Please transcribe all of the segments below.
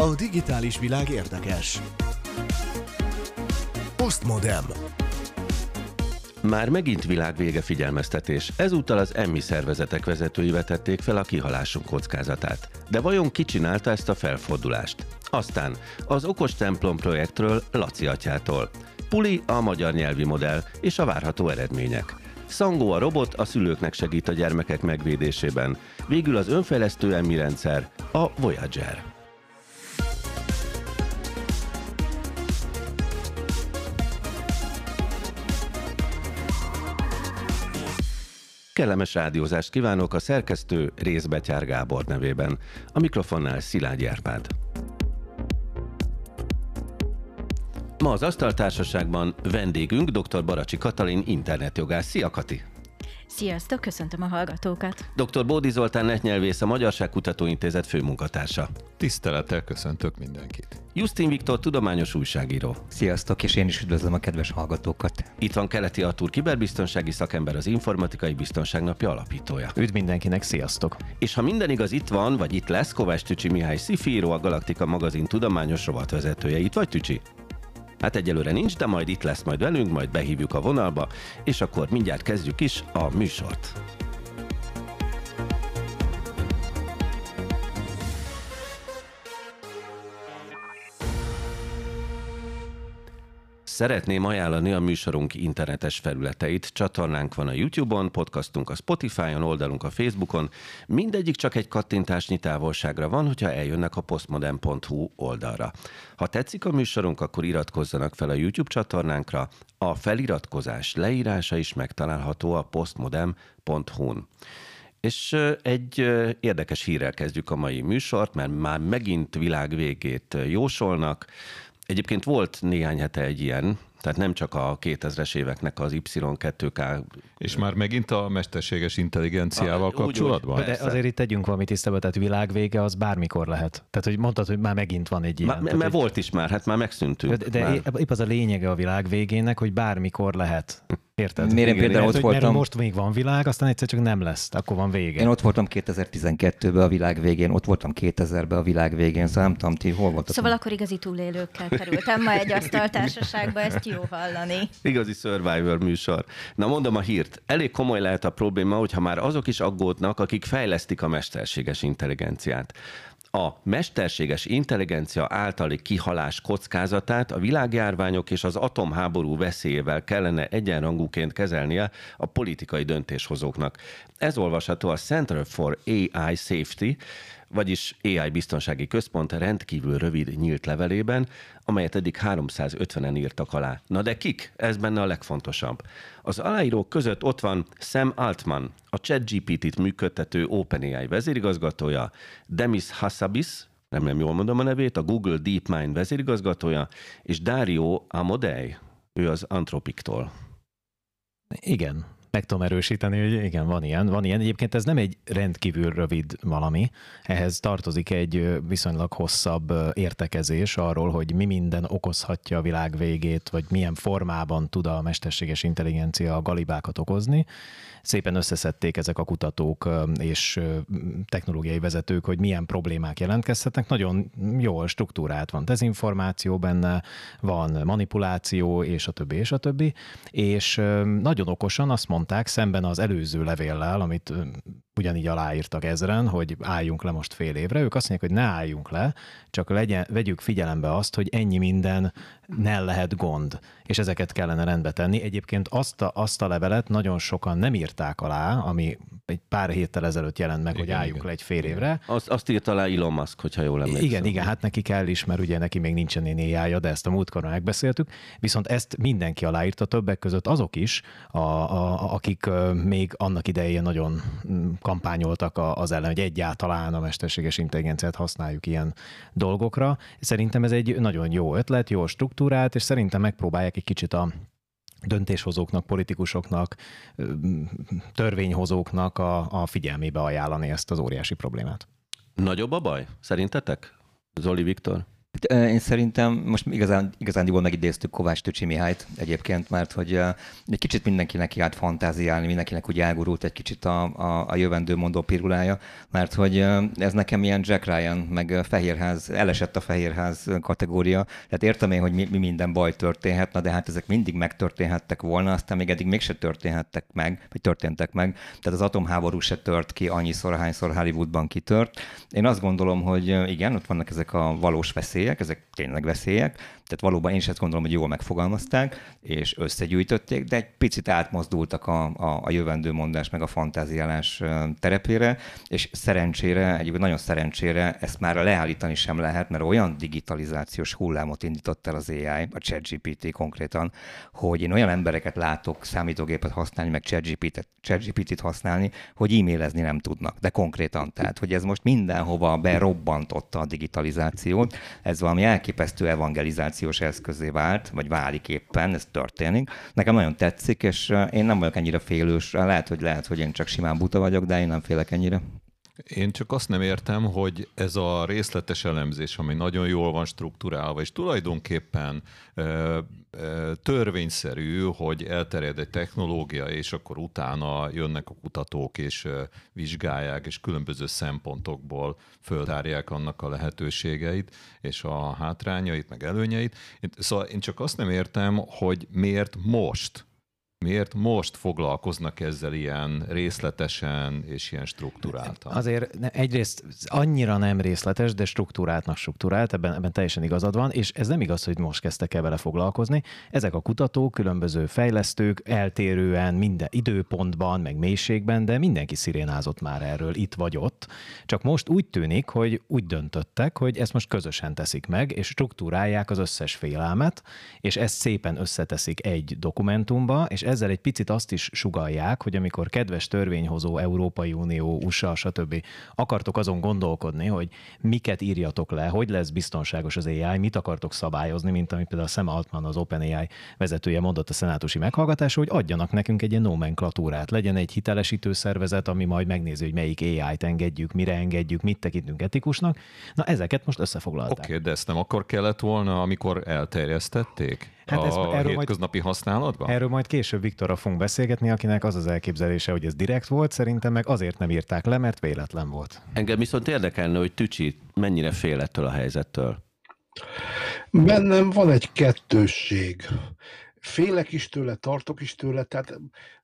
A digitális világ érdekes. Postmodem. Már megint világvége figyelmeztetés. Ezúttal az Emmy szervezetek vezetői vetették fel a kihalásunk kockázatát. De vajon ki csinálta ezt a felfordulást? Aztán az Okos templom projektről Laci atyától. Puli a magyar nyelvi modell és a várható eredmények. Szangó a robot a szülőknek segít a gyermekek megvédésében. Végül az önfejlesztő Emmy rendszer, a Voyager. Kellemes rádiózást kívánok a szerkesztő Rézbetyár Gábor nevében. A mikrofonnál Szilágyi Árpád. Ma az Asztaltársaságban vendégünk dr. Baracsi Katalin internetjogász. Szia, Kati! Sziasztok, köszöntöm a hallgatókat! Dr. Bódi Zoltán netnyelvész, a Magyarság Kutatóintézet főmunkatársa. Tisztelettel köszöntök mindenkit! Justin Viktor tudományos újságíró. Sziasztok, és én is üdvözlöm a kedves hallgatókat! Itt van Keleti Artúr, kiberbiztonsági szakember, az Informatikai Biztonság Napja alapítója. Üdv mindenkinek, sziasztok! És ha minden igaz, itt van, vagy itt lesz Kovács Tücsi Mihály Szifíró, a Galaktika magazin tudományos rovatvezetője. Itt vagy, Tücsi? Hát egyelőre nincs, de majd itt lesz majd velünk, majd behívjuk a vonalba, és akkor mindjárt kezdjük is a műsort. Szeretném ajánlani a műsorunk internetes felületeit. Csatornánk van a YouTube-on, podcastunk a Spotify-on, oldalunk a Facebookon. Mindegyik csak egy kattintásnyi távolságra van, hogyha eljönnek a postmodern.hu oldalra. Ha tetszik a műsorunk, akkor iratkozzanak fel a YouTube csatornánkra. A feliratkozás leírása is megtalálható a postmodern.hu-n. És egy érdekes hírrel kezdjük a mai műsort, mert már megint világvégét jósolnak. Egyébként volt néhány hete egy ilyen, tehát nem csak a 2000-es éveknek az Y2K... És már megint a mesterséges intelligenciával kapcsolatban? De azért itt tegyünk valami tisztába, tehát világvége az bármikor lehet. Tehát, hogy mondtad, hogy már megint van egy ilyen. Mert volt is már, hát már megszűntünk. De épp az a lényege a világvégének, hogy bármikor lehet. Érted? Miért én például ott voltam... Mert most még van világ, aztán egyszer csak nem lesz, akkor van vége. Én ott voltam 2012-ben a világ végén, ott voltam 2000-ben a világ végén, szóval nem tudom, ti hol voltatok? Szóval akkor igazi túlélőkkel kerültem ma egy asztaltársaságba, ezt jó hallani. Igazi Survivor műsor. Na mondom a hírt. Elég komoly lehet a probléma, hogyha már azok is aggódnak, akik fejlesztik a mesterséges intelligenciát. A mesterséges intelligencia általi kihalás kockázatát a világjárványok és az atomháború veszélyével kellene egyenrangúként kezelnie a politikai döntéshozóknak. Ez olvasható a Center for AI Safety, vagyis AI Biztonsági Központ rendkívül rövid nyílt levelében, amelyet eddig 350-en írtak alá. Na de kik? Ez benne a legfontosabb. Az aláírók között ott van Sam Altman, a ChatGPT-t működtető OpenAI vezérigazgatója, Demis Hassabis, remélem jól mondom a nevét, a Google DeepMind vezérigazgatója, és Dario Amodei, ő az Anthropic-tól. Igen. Meg tudom erősíteni, hogy igen, van ilyen. Egyébként ez nem egy rendkívül rövid valami. Ehhez tartozik egy viszonylag hosszabb értekezés arról, hogy mi minden okozhatja a világ végét, vagy milyen formában tud a mesterséges intelligencia a galibákat okozni. Szépen összeszedték ezek a kutatók és technológiai vezetők, hogy milyen problémák jelentkezhetnek. Nagyon jól struktúrált van dezinformáció benne, van manipuláció, és a többi, és a többi. És nagyon okosan azt mondták, szemben az előző levéllel, amit ugyanígy aláírtak ezren, hogy álljunk le most fél évre. Ők azt mondják, hogy ne álljunk le, csak vegyük figyelembe azt, hogy ennyi minden ne lehet gond, és ezeket kellene rendbe tenni. Egyébként azt a levelet nagyon sokan nem írták alá, ami egy pár héttel ezelőtt jelent meg, igen, hogy álljunk le egy fél évre. Azt írta alá Elon Musk, hogyha jól emlékszem. Igen, hát neki kell is, mert ugye neki még nincsen AI-ja, de ezt a múltkor megbeszéltük. Viszont ezt mindenki aláírta, többek között azok is, akik még annak idején nagyon kampányoltak az ellen, hogy egyáltalán a mesterséges intelligenciát használjuk ilyen dolgokra. Szerintem ez egy nagyon jó ötlet, jó struktúrát, és szerintem megpróbálják egy kicsit a döntéshozóknak, politikusoknak, törvényhozóknak a figyelmébe ajánlani ezt az óriási problémát. Nagyobb a baj, szerintetek? Zoli Viktor? Én szerintem most igazándiból megidéztük Kovács Tücsi Mihályt egyébként, mert hogy egy kicsit mindenkinek kiállt fantáziálni, mindenkinek úgy elgurult egy kicsit a jövendő mondó pirulája, mert hogy ez nekem ilyen Jack Ryan, meg Fehérház, elesett a Fehérház kategória. Tehát értem én, hogy mi minden baj történhetne, de hát ezek mindig megtörténhettek volna, aztán még eddig mégse történtek meg. Tehát az atomháború se tört ki annyiszor, hányszor Hollywoodban kitört. Én azt gondolom, hogy igen, ott vannak ezek a valós veszélyek, ezek tényleg veszélyek, tehát valóban én is azt gondolom, hogy jól megfogalmazták, és összegyűjtötték, de egy picit átmozdultak a jövendőmondás meg a fantáziálás terepére, és szerencsére, egyébként nagyon szerencsére ezt már leállítani sem lehet, mert olyan digitalizációs hullámot indított el az AI, a ChatGPT konkrétan, hogy én olyan embereket látok számítógépet használni, meg ChatGPT-t használni, hogy e-mailezni nem tudnak, de konkrétan. Tehát, hogy ez most mindenhova berobbantotta a digitalizációt, ez valami elképesztő evangelizációs eszközé vált, vagy válik éppen, ez történik. Nekem nagyon tetszik, és én nem vagyok ennyire félős, lehet, hogy én csak simán buta vagyok, de én nem félek ennyire. Én csak azt nem értem, hogy ez a részletes elemzés, ami nagyon jól van strukturálva, és tulajdonképpen törvényszerű, hogy elterjed egy technológia, és akkor utána jönnek a kutatók, és vizsgálják, és különböző szempontokból föltárják annak a lehetőségeit, és a hátrányait, meg előnyeit. Szóval én csak azt nem értem, hogy miért most foglalkoznak ezzel ilyen részletesen és ilyen struktúráltan? Azért egyrészt annyira nem részletes, de struktúrált, ebben teljesen igazad van, és ez nem igaz, hogy most kezdtek el vele foglalkozni. Ezek a kutatók, különböző fejlesztők, eltérően minden időpontban, meg mélységben, de mindenki szirénázott már erről itt vagy ott. Csak most úgy tűnik, hogy úgy döntöttek, hogy ezt most közösen teszik meg, és struktúrálják az összes félelmet, és ezt szépen összeteszik egy dokumentumba, és ezzel egy picit azt is sugallják, hogy amikor kedves törvényhozó, Európai Unió, USA, stb. Akartok azon gondolkodni, hogy miket írjatok le, hogy lesz biztonságos az AI, mit akartok szabályozni, mint amit például Sam Altman, az OpenAI vezetője mondott a szenátusi meghallgatásra, hogy adjanak nekünk egy ilyen nomenklatúrát, legyen egy hitelesítő szervezet, ami majd megnézi, hogy melyik AI-t engedjük, mire engedjük, mit tekintünk etikusnak. Na ezeket most összefoglalták. Oké, de ezt nem akkor kellett volna, amikor elterjesztették? Hát a hétköznapi használatban? Erről majd később Viktorra fogunk beszélgetni, akinek az az elképzelése, hogy ez direkt volt, szerintem meg azért nem írták le, mert véletlen volt. Engem viszont érdekelne, hogy Tücsi mennyire fél ettől a helyzettől. Bennem van egy kettősség. Félek is tőle, tartok is tőle, tehát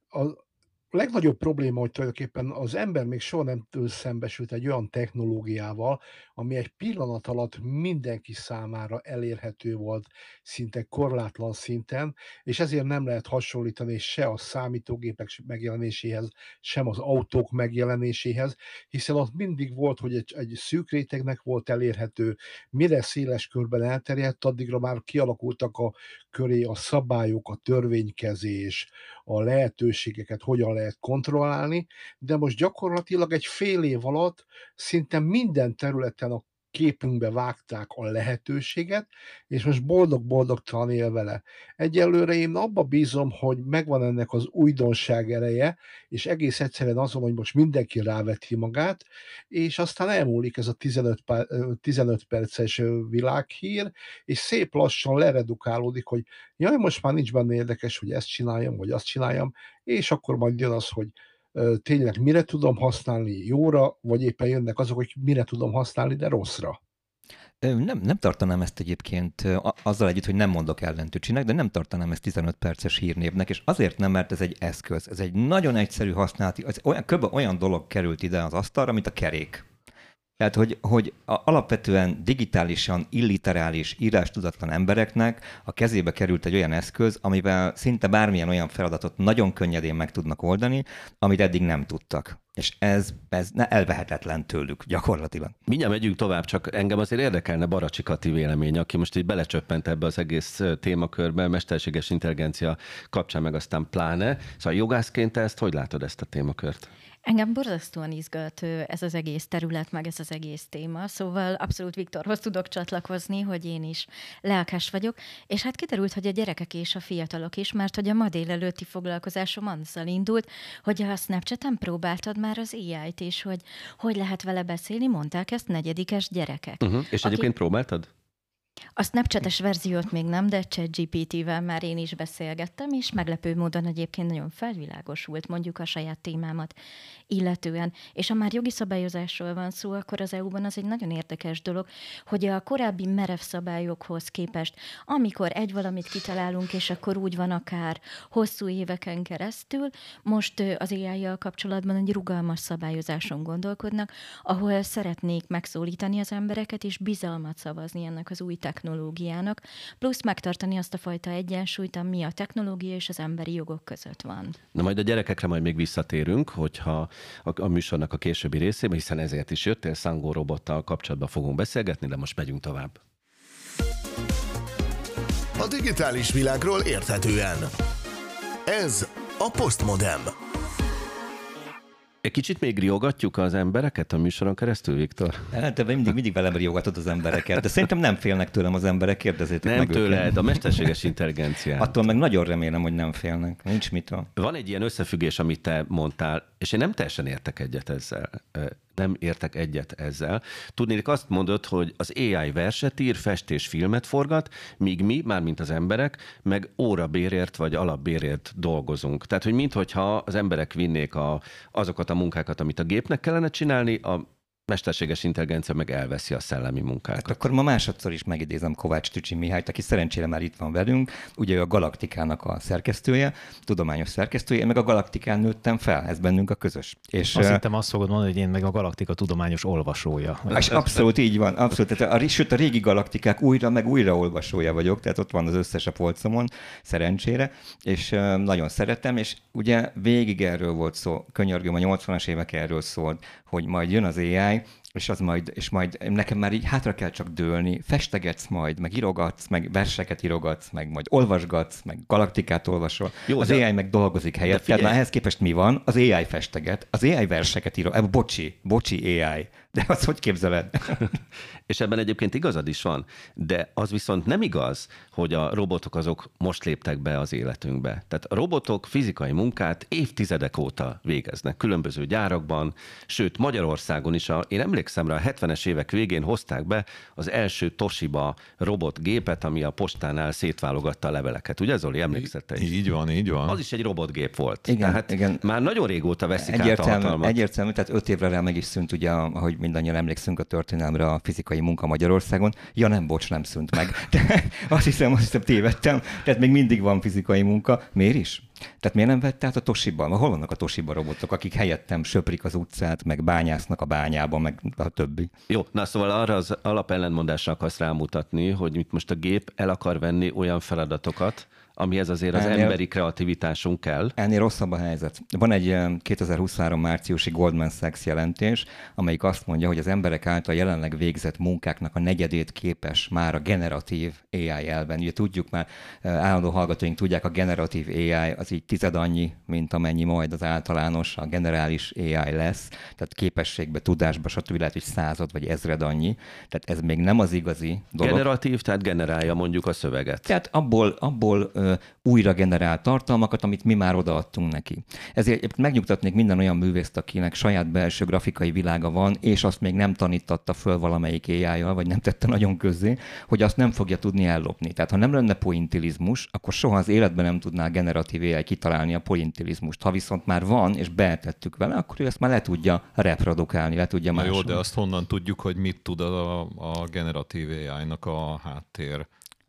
a legnagyobb probléma, hogy tulajdonképpen az ember még soha nem szembesült egy olyan technológiával, ami egy pillanat alatt mindenki számára elérhető volt szinte korlátlan szinten, és ezért nem lehet hasonlítani se a számítógépek megjelenéséhez, sem az autók megjelenéséhez, hiszen ott mindig volt, hogy egy szűk rétegnek volt elérhető, mire széles körben elterjedt, addigra már kialakultak a köré a szabályok, a törvénykezés, a lehetőségeket hogyan lehet kontrollálni, de most gyakorlatilag egy fél év alatt szinte minden területen a képünkbe vágták a lehetőséget, és most boldog-boldogtalan él vele. Egyelőre én abba bízom, hogy megvan ennek az újdonság ereje, és egész egyszerűen azon, hogy most mindenki ráveti magát, és aztán elmúlik ez a 15 perces világhír, és szép lassan leredukálódik, hogy jaj, most már nincs benne érdekes, hogy ezt csináljam, vagy azt csináljam, és akkor majd jön az, hogy tényleg mire tudom használni jóra, vagy éppen jönnek azok, hogy mire tudom használni, de rosszra. Nem tartanám ezt egyébként azzal együtt, hogy nem mondok ellen Tücsinek, de nem tartanám ezt 15 perces hírnévnek, és azért nem, mert ez egy eszköz, ez egy nagyon egyszerű használati, olyan dolog került ide az asztalra, mint a kerék. Tehát, hogy alapvetően digitálisan illiterális, írástudatlan embereknek a kezébe került egy olyan eszköz, amivel szinte bármilyen olyan feladatot nagyon könnyedén meg tudnak oldani, amit eddig nem tudtak. És ez elvehetetlen tőlük gyakorlatilag. Mindjárt megyünk tovább, csak engem azért érdekelne Baracsi Kati véleménye, aki most így belecsöppent ebbe az egész témakörbe, mesterséges intelligencia kapcsán meg aztán pláne. Szóval jogászként te ezt hogy látod, ezt a témakört? Engem borzasztóan izgat ez az egész terület, meg ez az egész téma, szóval abszolút Viktorhoz tudok csatlakozni, hogy én is lelkes vagyok, és hát kiderült, hogy a gyerekek és a fiatalok is, mert hogy a ma délelőtti foglalkozásom azzal indult, hogy a Snapchaten próbáltad már az AI-t, és hogy lehet vele beszélni, mondták ezt negyedikes gyerekek. És egyébként próbáltad? A Snapchat-es verziót még nem, de ChatGPT-vel már én is beszélgettem, és meglepő módon egyébként nagyon felvilágosult mondjuk a saját témámat illetően. És ha már jogi szabályozásról van szó, akkor az EU-ban az egy nagyon érdekes dolog, hogy a korábbi merev szabályokhoz képest, amikor egy valamit kitalálunk, és akkor úgy van akár hosszú éveken keresztül, most az AI-jal kapcsolatban egy rugalmas szabályozáson gondolkodnak, ahol szeretnék megszólítani az embereket, és bizalmat szavazni ennek az új technológiának, plusz megtartani azt a fajta egyensúlyt, ami a technológia és az emberi jogok között van. Na majd a gyerekekre majd még visszatérünk, hogyha a műsornak a későbbi részében, hiszen ezért is jöttél, Szangó robottal kapcsolatban fogunk beszélgetni, de most megyünk tovább. A digitális világról érthetően. Ez a Postmodem. Egy kicsit még riogatjuk az embereket a műsoron keresztül, Viktor? Te mindig velem riogatod az embereket, de szerintem nem félnek tőlem az emberek, kérdezzétek meg tőled, őket. a mesterséges intelligenciát. Attól meg nagyon remélem, hogy nem félnek. Nincs mitől. Van egy ilyen összefüggés, amit te mondtál, és én nem teljesen értek egyet ezzel. Tudnék, azt mondod, hogy az AI verset ír, fest és filmet forgat, míg mi, mármint az emberek, meg órabérért vagy alapbérért dolgozunk. Tehát, hogy minthogyha az emberek vinnék azokat a munkákat, amit a gépnek kellene csinálni, a mesterséges intelligencia meg elveszi a szellemi munkákat. Hát akkor ma másodszor is megidézem Kovács Tücsi Mihályt, aki szerencsére már itt van velünk. Ugye ő a Galaktikának a szerkesztője, tudományos szerkesztője, én meg a Galaktikán nőttem fel, ez bennünk a közös. És azt hittem azt fogod mondani, hogy én meg a Galaktika tudományos olvasója. És abszolút így van, abszolút. Tehát sőt, a régi Galaktikák újra olvasója vagyok, tehát ott van az összes a polcomon, szerencsére, és nagyon szeretem, és ugye végig erről volt szó, könyörgöm, a 80-as évek erről szólt, hogy majd jön az AI, és majd nekem már így hátra kell csak dőlni, festegetsz majd, meg írogatsz, meg verseket írogatsz, meg majd olvasgatsz, meg Galaktikát olvasol. Jó, az AI meg dolgozik helyett. Tehát már ehhez képest mi van? Az AI festeget, az AI verseket ír. Bocsi AI. De azt hogy képzeled? És ebben egyébként igazad is van, de az viszont nem igaz, hogy a robotok azok most léptek be az életünkbe. Tehát a robotok fizikai munkát évtizedek óta végeznek különböző gyárakban, sőt Magyarországon is, én emlékszem rá, a 70-es évek végén hozták be az első Toshiba robotgépet, ami a postánál szétválogatta a leveleket. Ugye, Zoli, emlékszel te is? Így van. Az is egy robotgép volt. Igen. Már nagyon régóta veszik át a hatalmat. Egyértelmű, tehát 5 évre rá meg is szűnt, ugye, ahogy mindannyian emlékszünk a történelemre, a fizikai munka Magyarországon. Ja nem, bocs, nem szűnt meg. De azt hiszem tévedtem. Tehát még mindig van fizikai munka. Miért is? Tehát miért nem vett át a Toshiban? Hol vannak a Toshiba robotok, akik helyettem söprik az utcát, meg bányásznak a bányában, meg a többi? Jó, na szóval arra az alapellentmondásra akarsz rámutatni, hogy itt most a gép el akar venni olyan feladatokat, amihez azért az emberi kreativitásunk kell. Ennél rosszabb a helyzet. Van egy 2023 márciusi Goldman Sachs jelentés, amelyik azt mondja, hogy az emberek által jelenleg végzett munkáknak a negyedét képes már a generatív AI elvenni. Ugye tudjuk már, állandó hallgatóink tudják, a generatív AI az így tized annyi, mint amennyi majd az általános, a generális AI lesz, tehát képességbe, tudásba, stb. Lehet, hogy 100 vagy 1000 annyi. Tehát ez még nem az igazi dolog. Generatív, tehát generálja mondjuk a szöveget. Tehát abból újra generál tartalmakat, amit mi már odaadtunk neki. Ezért megnyugtatnék minden olyan művészt, akinek saját belső grafikai világa van, és azt még nem tanítatta föl valamelyik AI-jal, vagy nem tette nagyon közzé, hogy azt nem fogja tudni ellopni. Tehát ha nem lenne pointilizmus, akkor soha az életben nem tudná generatív AI kitalálni a pointilizmust. Ha viszont már van, és betettük vele, akkor ő ezt már le tudja reprodukálni, le tudja másolni. Jó, de azt honnan tudjuk, hogy mit tud a generatív AI-nak a háttér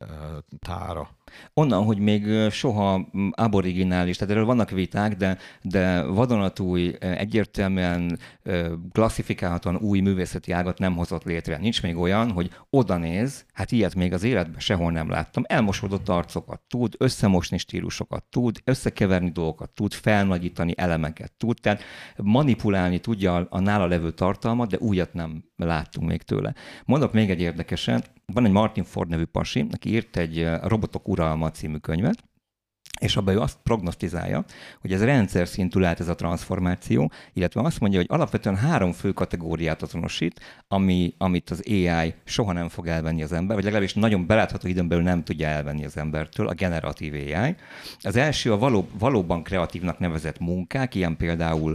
tára? Onnan, hogy még soha aboriginális, tehát erről vannak viták, de vadonatúj, egyértelműen klasszifikálhatóan új művészeti ágat nem hozott létre. Nincs még olyan, hogy oda néz, hát ilyet még az életben sehol nem láttam. Elmosodott arcokat tud, összemosni stílusokat tud, összekeverni dolgokat tud, felnagyítani elemeket tud, tehát manipulálni tudja a nála levő tartalmat, de újat nem láttunk még tőle. Mondok még egy érdekeset. Van egy Martin Ford nevű pasi, aki írt egy Robotok uralma című könyvet, és abban ő azt prognosztizálja, hogy ez rendszer szintű lehet ez a transformáció, illetve azt mondja, hogy alapvetően 3 fő kategóriát azonosít, amit az AI soha nem fog elvenni az ember, vagy legalábbis nagyon belátható időn belül nem tudja elvenni az embertől, a generatív AI. Az első a valóban kreatívnak nevezett munkák, ilyen például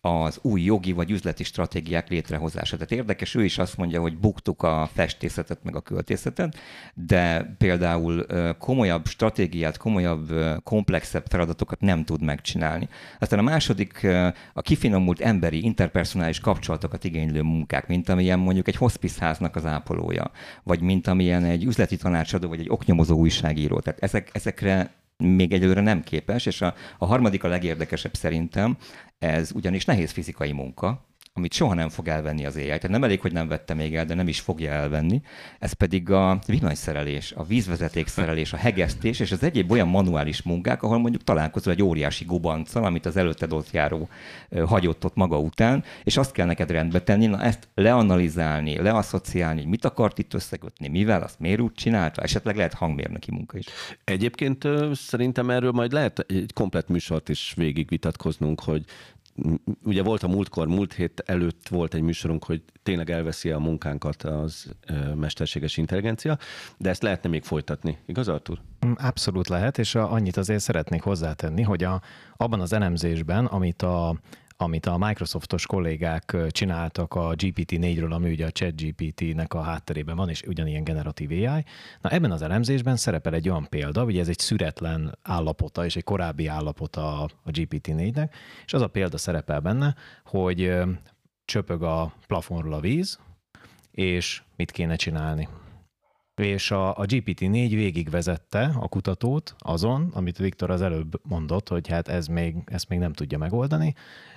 az új jogi vagy üzleti stratégiák létrehozása. Tehát érdekes, ő is azt mondja, hogy buktuk a festészetet meg a költészetet, de például komolyabb stratégiát, komolyabb, komplexebb feladatokat nem tud megcsinálni. Aztán a második, a kifinomult emberi, interpersonális kapcsolatokat igénylő munkák, mint amilyen mondjuk egy hospice háznak az ápolója, vagy mint amilyen egy üzleti tanácsadó, vagy egy oknyomozó újságíró. Tehát ezekre még egyelőre nem képes, és a harmadik a legérdekesebb szerintem, ez ugyanis nehéz fizikai munka, amit soha nem fog elvenni az AI. Tehát nem elég, hogy nem vette még el, de nem is fogja elvenni. Ez pedig a villanyszerelés, a vízvezetékszerelés, a hegesztés, és az egyéb olyan manuális munkák, ahol mondjuk találkozol egy óriási gubanccal, amit az előtted ott járó hagyott ott maga után, és azt kell neked rendbe tenni, na ezt leanalizálni, leasszociálni, hogy mit akart itt összekötni, mivel, azt miért úgy csinálta, esetleg lehet hangmérnöki munka is. Egyébként szerintem erről majd lehet egy komplett műsort is végigvitatkoznunk, hogy ugye volt a múlt hét előtt volt egy műsorunk, hogy tényleg elveszi a munkánkat az mesterséges intelligencia, de ezt lehetne még folytatni. Igaz, Artúr? Abszolút lehet, és annyit azért szeretnék hozzátenni, hogy abban az elemzésben, amit a Microsoftos kollégák csináltak a GPT-4-ről, ami ugye a ChatGPT-nek a hátterében van, és ugyanilyen generatív AI. Na ebben az elemzésben szerepel egy olyan példa, ugye ez egy szüretlen állapota, és egy korábbi állapota a GPT-4-nek, és az a példa szerepel benne, hogy csöpög a plafonról a víz, és mit kéne csinálni. És a GPT-4 végigvezette a kutatót azon, amit Viktor az előbb mondott, hogy hát ezt még nem tudja megoldani.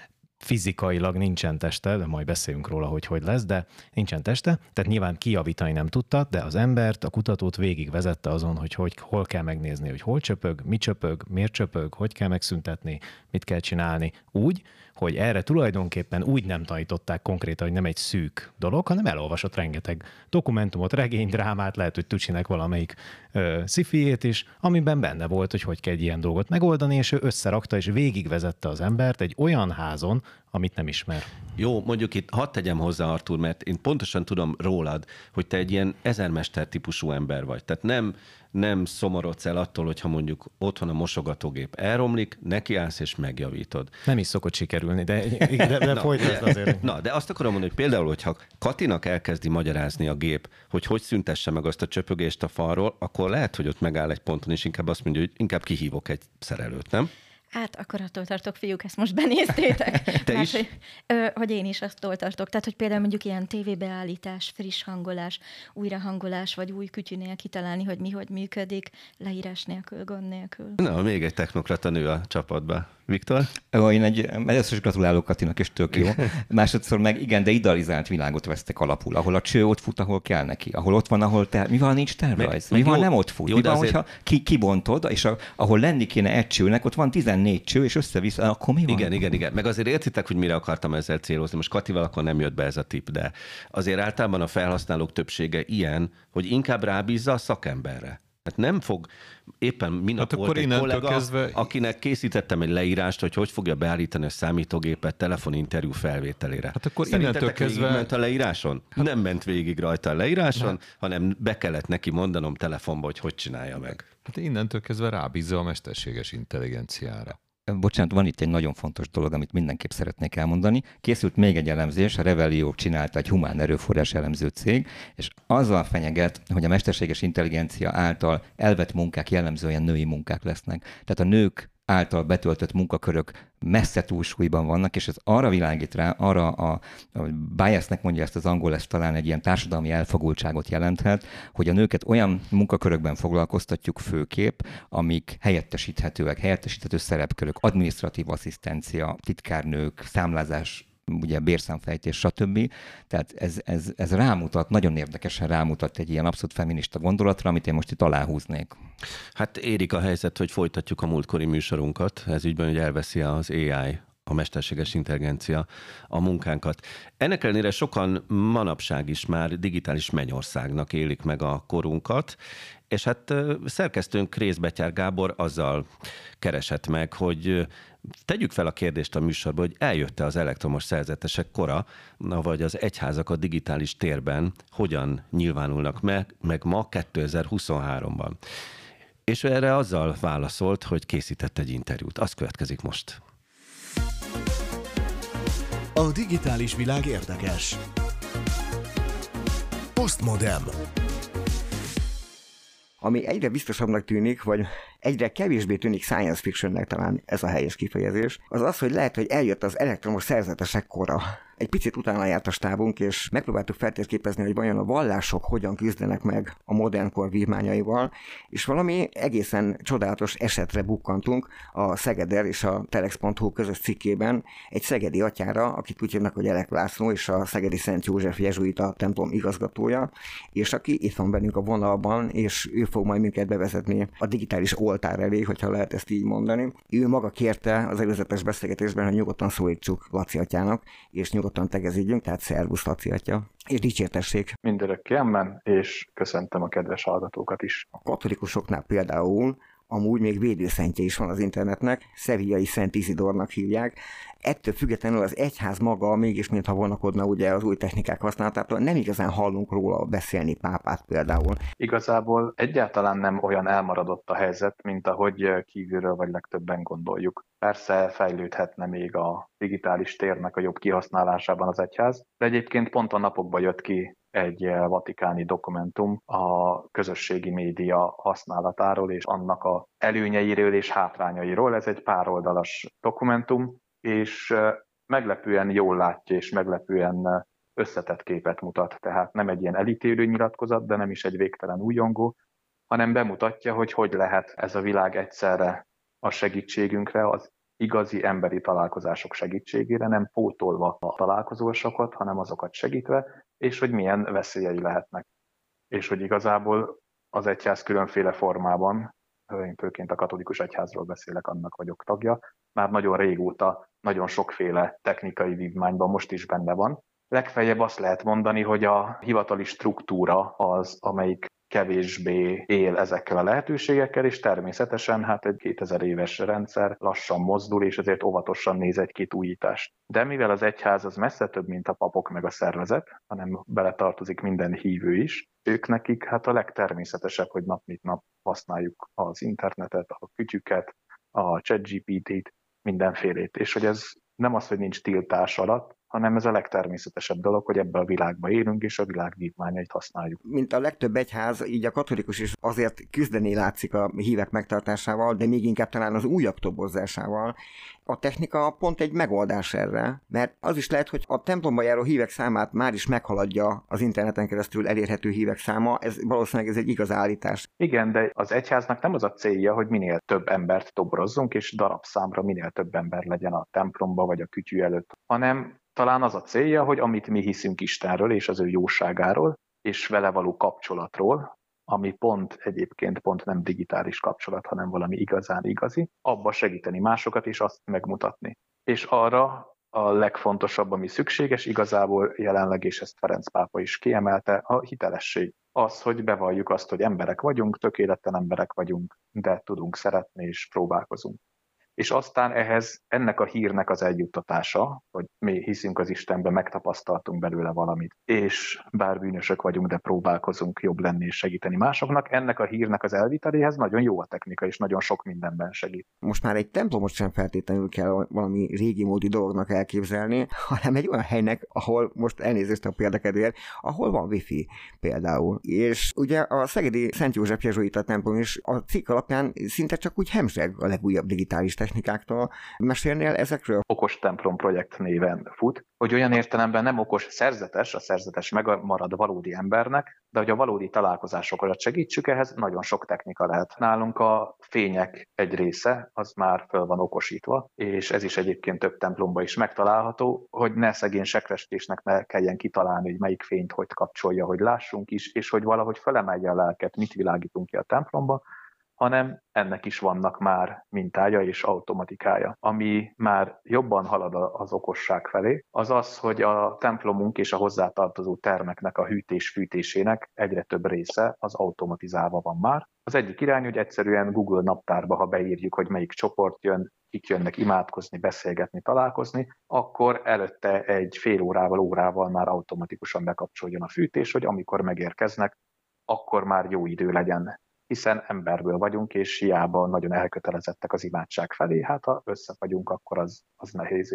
Fizikailag nincsen teste, de majd beszélünk róla, hogy lesz, de nincsen teste, tehát nyilván kijavítani nem tudta, de az embert, a kutatót végigvezette azon, hogy hol kell megnézni, hogy hol csöpög, mi csöpög, miért csöpög, hogy kell megszüntetni, mit kell csinálni, úgy, hogy erre tulajdonképpen úgy nem tanították konkrétan, hogy nem egy szűk dolog, hanem elolvasott rengeteg dokumentumot, regényt, drámát, lehet, hogy Tucsinek valamelyik sci-fiét is, amiben benne volt, hogy kell egy ilyen dolgot megoldani, és ő összerakta és végigvezette az embert egy olyan házon, amit nem ismer. Jó, mondjuk itt hadd tegyem hozzá, Artúr, mert én pontosan tudom rólad, hogy te egy ilyen ezermester típusú ember vagy. Tehát nem szomorodsz el attól, hogyha mondjuk otthon a mosogatógép elromlik, nekiállsz és megjavítod. Nem is szokott sikerülni, de folytasd azért. Na, de azt akarom mondani, hogy például, hogyha Katinak elkezdi magyarázni a gép, hogy szüntesse meg azt a csöpögést a falról, akkor lehet, hogy ott megáll egy ponton, és inkább azt mondja, hogy inkább kihívok egy szerelőt, nem? Hát akkor attól tartok, fiúk, ezt most benéztétek. Te is? Hogy én is attól tartok. Tehát, hogy például mondjuk ilyen tévébeállítás, friss hangolás, újrahangolás, vagy új kütyűnél kitalálni, hogy mi hogy működik, leírás nélkül, gond nélkül. Na, még egy technokrata nő a csapatba. Viktor? Én először is gratulálok Katinak, és tök jó. Másodszor meg igen, de idealizált világot vesztek alapul, ahol a cső ott fut, ahol kell neki, ahol ott van, ahol mi van, nincs tervrajz, mi van, nem ott fut, mi van, hogyha kibontod, és ahol lenni kéne egy csőnek, ott van 14 cső, és össze-vissza, akkor mi van? Igen. Meg azért értitek, hogy mire akartam ezzel célozni. Most Katival akkor nem jött be ez a tipp, de azért általában a felhasználók többsége ilyen, hogy inkább rábízza a szakemberre. Hát nem fog, éppen minap volt egy kollega, akinek készítettem egy leírást, hogy fogja beállítani a számítógépet telefoninterjú felvételére. Hát akkor innentől kezdve ment a leíráson? Nem ment végig rajta a leíráson, hanem be kellett neki mondanom telefonba, hogy csinálja meg. Hát innentől kezdve rábízza a mesterséges intelligenciára. Bocsánat, van itt egy nagyon fontos dolog, amit mindenképp szeretnék elmondani. Készült még egy elemzés, a Revelio csinálta, egy humán erőforrás elemző cég, és azzal fenyeget, hogy a mesterséges intelligencia által elvett munkák jellemzően női munkák lesznek. Tehát a nők által betöltött munkakörök messze túlsúlyban vannak, és ez arra világít rá, arra a biasnek mondja ezt az angol, ez talán egy ilyen társadalmi elfogultságot jelenthet, hogy a nőket olyan munkakörökben foglalkoztatjuk főképp, amik helyettesíthető szerepkörök, adminisztratív asszisztencia, titkárnők, számlázás, ugye bérszámfejtés, stb. Tehát ez rámutat, nagyon érdekesen rámutat egy ilyen abszolút feminista gondolatra, amit én most itt aláhúznék. Hát érik a helyzet, hogy folytatjuk a múltkori műsorunkat, ez ügyben, hogy elveszi az AI, a mesterséges intelligencia a munkánkat. Ennek ellenére sokan manapság is már digitális mennyországnak élik meg a korunkat, és hát szerkesztőnk Rész Betyár Gábor azzal keresett meg, hogy tegyük fel a kérdést a műsorban, hogy eljött-e az elektromos szerzetesek kora, vagy az egyházak a digitális térben hogyan nyilvánulnak meg ma 2023-ban. És erre azzal válaszolt, hogy készített egy interjút. Az következik most. A digitális világ érdekes. Postmodem. Ami egyre biztosabbnak tűnik, vagy egyre kevésbé tűnik science fictionnek, talán ez a helyes kifejezés, az az, hogy lehet, hogy eljött az elektromos szerzetesek kora. Egy picit utána járt a stábunk, és megpróbáltuk feltérképezni, hogy vajon a vallások hogyan küzdenek meg a modern kor vívmányaival, és valami egészen csodálatos esetre bukkantunk a Szegeder és a Telex.hu közös cikkében egy szegedi atyára, akit úgy hívnak, hogy Elek László, és a szegedi Szent József jezsuita templom igazgatója, és aki itt van bennünk a vonalban, és ő fog majd minket bevezetni a digitális oltár elé, hogyha lehet ezt így mondani. Ő maga kérte az előzetes beszélgetésben, hogy nyugodtan szólítsuk Laci atyának, és nyugodtan tegeződjünk, tehát szervusz Laci atya, és dicsértessék. Mindörökké emmen, és köszöntöm a kedves hallgatókat is. A katolikusoknál például amúgy még védőszentje is van az internetnek, Sevillai Szent Isidornak hívják. Ettől függetlenül az egyház maga mégis mintha vonakodna ugye az új technikák használatától, nem igazán hallunk róla beszélni, pápát például. Igazából egyáltalán nem olyan elmaradott a helyzet, mint ahogy kívülről vagy legtöbben gondoljuk. Persze fejlődhetne még a digitális térnek a jobb kihasználásában az egyház, de egyébként pont a napokban jött ki egy vatikáni dokumentum a közösségi média használatáról és annak a előnyeiről és hátrányairól. Ez egy pár oldalas dokumentum, és meglepően jól látja és meglepően összetett képet mutat. Tehát nem egy ilyen elítélő nyilatkozat, de nem is egy végtelen újongó, hanem bemutatja, hogy lehet ez a világ egyszerre a segítségünkre, az igazi emberi találkozások segítségére, nem pótolva a találkozósokat, hanem azokat segítve, és hogy milyen veszélyei lehetnek. És hogy igazából az egyház különféle formában, én főként a katolikus egyházról beszélek, annak vagyok tagja, már nagyon régóta, nagyon sokféle technikai vívmányban most is benne van. Legfeljebb azt lehet mondani, hogy a hivatali struktúra az, amelyik kevésbé él ezekkel a lehetőségekkel, és természetesen hát egy 2000 éves rendszer lassan mozdul, és ezért óvatosan néz egy-két újítást. De mivel az egyház az messze több, mint a papok meg a szervezet, hanem beletartozik minden hívő is, ők nekik hát a legtermészetesebb, hogy nap mint nap használjuk az internetet, a kütyüket, a ChatGPT-t, mindenfélét. És hogy ez nem az, hogy nincs tiltás alatt, hanem ez a legtermészetesebb dolog, hogy ebben a világban élünk, és a világ vívmányait használjuk. Mint a legtöbb egyház, így a katolikus is azért küzdeni látszik a hívek megtartásával, de még inkább talán az újak tobozásával. A technika pont egy megoldás erre, mert az is lehet, hogy a templomba járó hívek számát már is meghaladja az interneten keresztül elérhető hívek száma, valószínűleg ez egy igaz állítás. Igen, de az egyháznak nem az a célja, hogy minél több embert toborozzunk, és darabszámra minél több ember legyen a templomba vagy a kütyű előtt, hanem talán az a célja, hogy amit mi hiszünk Istenről és az ő jóságáról, és vele való kapcsolatról, ami egyébként pont nem digitális kapcsolat, hanem valami igazán igazi, abba segíteni másokat és azt megmutatni. És arra a legfontosabb, ami szükséges, igazából jelenleg, és ezt Ferenc pápa is kiemelte, a hitelesség. Az, hogy bevalljuk azt, hogy emberek vagyunk, tökéletlen emberek vagyunk, de tudunk szeretni és próbálkozunk. És aztán ennek a hírnek az eljuttatása, hogy mi hiszünk az Istenben, megtapasztaltunk belőle valamit, és bár bűnösök vagyunk, de próbálkozunk jobb lenni és segíteni másoknak, ennek a hírnek az elviteléhez nagyon jó a technika, és nagyon sok mindenben segít. Most már egy templomot sem feltétlenül kell valami régi módi dolognak elképzelni, hanem egy olyan helynek, ahol most elnézést a példakedvéért, ahol van wifi például. És ugye a szegedi Szent József jezsuita templom is a cikk alapján szinte csak úgy hemzseg a legújabb digitális technikáktól. Mesélnél ezekről? Okos templom projekt néven fut, hogy olyan értelemben nem okos szerzetes, a szerzetes megmarad valódi embernek, de hogy a valódi találkozásokat segítsük, ehhez nagyon sok technika lehet. Nálunk a fények egy része, az már föl van okosítva, és ez is egyébként több templomban is megtalálható, hogy ne szegény sekrestésnek ne kelljen kitalálni, hogy melyik fényt hogy kapcsolja, hogy lássunk is, és hogy valahogy felemelje a lelket, mit világítunk ki a templomba, hanem ennek is vannak már mintája és automatikája. Ami már jobban halad az okosság felé, az az, hogy a templomunk és a hozzátartozó termeknek a hűtés-fűtésének egyre több része az automatizálva van már. Az egyik irány, hogy egyszerűen Google naptárba, ha beírjuk, hogy melyik csoport jön, kik jönnek imádkozni, beszélgetni, találkozni, akkor előtte egy fél órával már automatikusan bekapcsoljon a fűtés, hogy amikor megérkeznek, akkor már jó idő legyen. Hiszen emberből vagyunk, és hiába nagyon elkötelezettek az imádság felé, hát ha összefagyunk, akkor az nehéz ügy.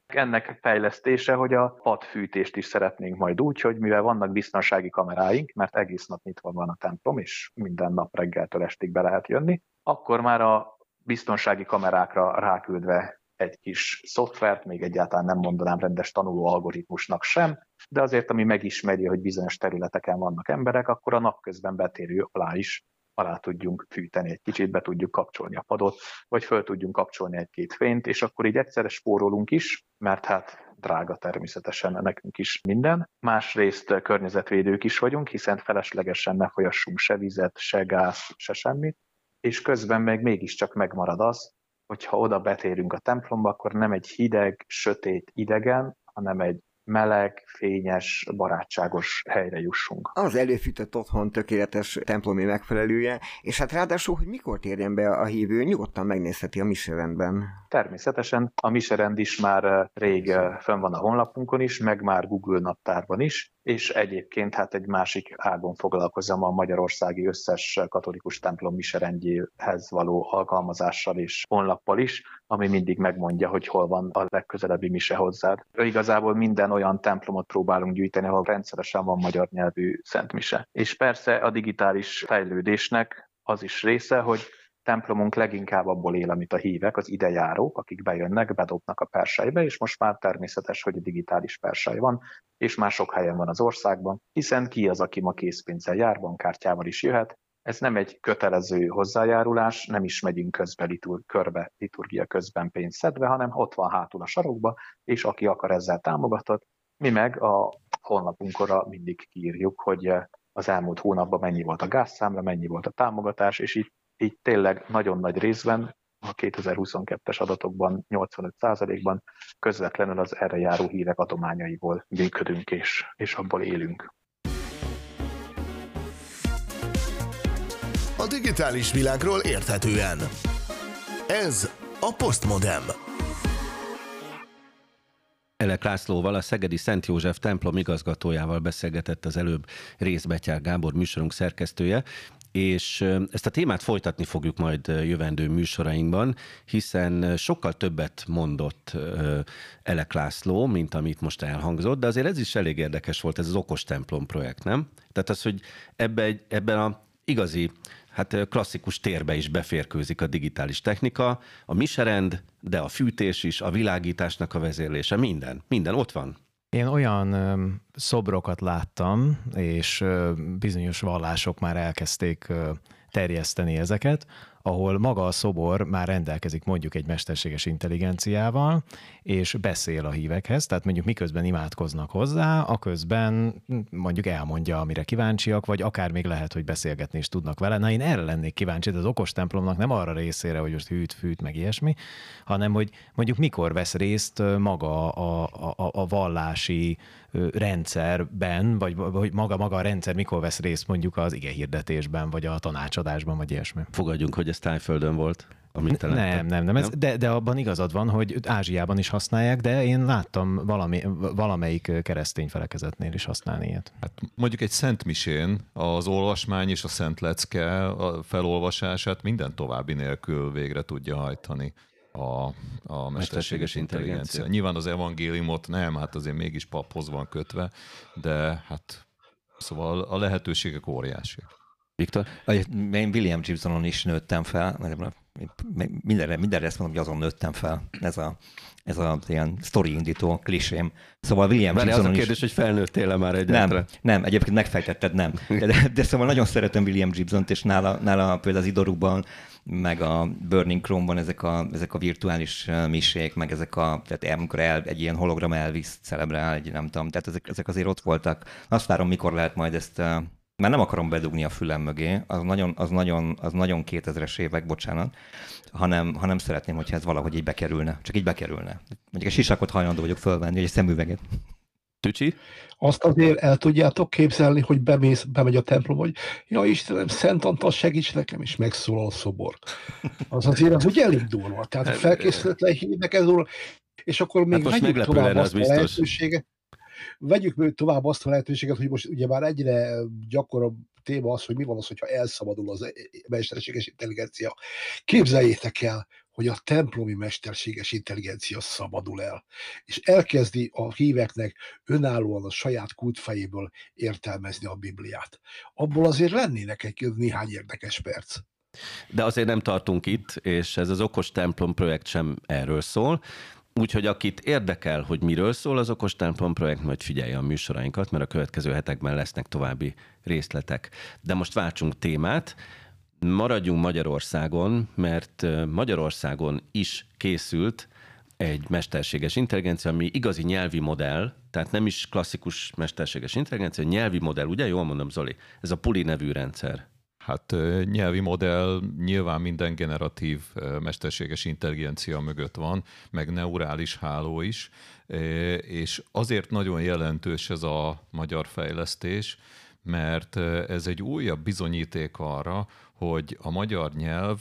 Ennek fejlesztése, hogy a padfűtést is szeretnénk majd úgy, hogy mivel vannak biztonsági kameráink, mert egész nap nyitva van a templom, és minden nap reggeltől estig be lehet jönni, akkor már a biztonsági kamerákra ráküldve egy kis szoftvert, még egyáltalán nem mondanám rendes tanuló algoritmusnak sem, de azért, ami megismeri, hogy bizonyos területeken vannak emberek, akkor a napközben betérő alá tudjunk fűteni egy kicsit, be tudjuk kapcsolni a padot, vagy föl tudjunk kapcsolni egy-két fényt, és akkor így egyszerre spórolunk is, mert hát drága természetesen nekünk is minden. Másrészt környezetvédők is vagyunk, hiszen feleslegesen ne folyassunk se vizet, se gáz, se semmit, és közben meg mégiscsak megmarad az, hogyha oda betérünk a templomba, akkor nem egy hideg, sötét, idegen, hanem egy meleg, fényes, barátságos helyre jussunk. Az előfűtött otthon tökéletes templomi megfelelője, és hát ráadásul, hogy mikor térjen be a hívő, nyugodtan megnézheti a miserendben. Természetesen a miserend is már rég fönn van a honlapunkon is, meg már Google naptárban is, és egyébként hát egy másik ágon foglalkozom a magyarországi összes katolikus templom miserendjéhez való alkalmazással és honlappal is, ami mindig megmondja, hogy hol van a legközelebbi mise hozzád. Igazából minden olyan templomot próbálunk gyűjteni, ahol rendszeresen van magyar nyelvű szentmise. És persze a digitális fejlődésnek az is része, hogy templomunk leginkább abból él, amit a hívek, az idejárók, akik bejönnek, bedobnak a persejbe, és most már természetes, hogy a digitális persej van, és már sok helyen van az országban, hiszen ki az, aki ma készpénzzel jár, bankkártyával is jöhet. Ez nem egy kötelező hozzájárulás, nem is megyünk körbe liturgia közben pénzt szedve, hanem ott van hátul a sarokba, és aki akar ezzel támogatott, mi meg a honlapunkra mindig kiírjuk, hogy az elmúlt hónapban mennyi volt a gázszámla, mennyi volt a támogatás, és így tényleg nagyon nagy részben, a 2022-es adatokban 85%-ban közvetlenül az erre járó hívek adományaiból működünk és abból élünk. A digitális világról érthetően. Ez a Postmodem. Elek Lászlóval, a szegedi Szent József templom igazgatójával beszélgetett az előbb Rész Betyár Gábor, műsorunk szerkesztője, és ezt a témát folytatni fogjuk majd jövendő műsorainkban, hiszen sokkal többet mondott Elek László, mint amit most elhangzott, de azért ez is elég érdekes volt, ez az okos templom projekt, nem? Tehát az, hogy ebben a igazi, klasszikus térbe is beférkőzik a digitális technika, a miserend, de a fűtés is, a világításnak a vezérlése, minden ott van. Én olyan szobrokat láttam, és bizonyos vallások már elkezdték terjeszteni ezeket, ahol maga a szobor már rendelkezik mondjuk egy mesterséges intelligenciával, és beszél a hívekhez, tehát mondjuk miközben imádkoznak hozzá, aközben mondjuk elmondja, amire kíváncsiak, vagy akár még lehet, hogy beszélgetni is tudnak vele. Na, én erre lennék kíváncsi, de az okos templomnak nem arra részére, hogy most hűt, meg ilyesmi, hanem hogy mondjuk mikor vesz részt maga a vallási rendszerben, vagy maga a rendszer mikor vesz részt mondjuk az igehirdetésben, vagy a tanácsadásban, vagy ilyesmi. Fogadjunk, hogy ez Tájföldön volt. Nem. De abban igazad van, hogy Ázsiában is használják, de én láttam valamelyik keresztény felekezetnél is használni ilyet. Hát mondjuk egy szentmisén az olvasmány és a szent lecke a felolvasását minden további nélkül végre tudja hajtani a mesterséges intelligencia. Nyilván az evangéliumot nem, hát azért mégis paphoz van kötve, de hát szóval a lehetőségek óriásiak. Viktor? Én William Gibsonon is nőttem fel, mindenre ezt mondom, hogy azon nőttem fel, ez a ilyen sztori indító klisém. Szóval William Gibsonon az a kérdés, hogy felnőttél-e már egyáltalán? Nem, egyébként megfejtetted, nem. De szóval nagyon szeretem William Gibsont, és nála például az Idorukban, meg a Burning Chrome-ban ezek a virtuális misék, meg tehát amikor egy ilyen hologram elvisz, celebrál, nem tudom, tehát ezek azért ott voltak. Azt várom, mikor lehet majd ezt, már nem akarom bedugni a fülem mögé, az nagyon 2000-es évek, bocsánat, hanem szeretném, hogyha ez valahogy így bekerülne, csak így bekerülne. Mondjuk egy sisakot hajlandó vagyok fölvenni, vagy egy szemüveget. Tücsi? Azt azért el tudjátok képzelni, hogy bemegy a templom, hogy ja Istenem, Szent Antal, segíts nekem, és megszólal a szobor. Az ugye elég durva. Tehát felkészületlen hívnek ezzel, és akkor még vegyük tovább azt a lehetőséget. Vegyük tovább azt a lehetőséget, hogy most ugye már egyre gyakoribb téma az, hogy mi van az, hogyha elszabadul az mesterséges intelligencia. Képzeljétek el, hogy a templomi mesterséges intelligencia szabadul el, és elkezdi a híveknek önállóan a saját kútfejéből értelmezni a Bibliát. Abból azért lennének egy néhány érdekes perc. De azért nem tartunk itt, és ez az Okos Templom projekt sem erről szól. Úgyhogy akit érdekel, hogy miről szól az Okos Templom projekt, majd figyelje a műsorainkat, mert a következő hetekben lesznek további részletek. De most váltsunk témát, maradjunk Magyarországon, mert Magyarországon is készült egy mesterséges intelligencia, ami igazi nyelvi modell, tehát nem is klasszikus mesterséges intelligencia, nyelvi modell, ugye? Jól mondom, Zoli? Ez a Puli nevű rendszer. Hát nyelvi modell nyilván minden generatív mesterséges intelligencia mögött van, meg neurális háló is, és azért nagyon jelentős ez a magyar fejlesztés, mert ez egy újabb bizonyíték arra, hogy a magyar nyelv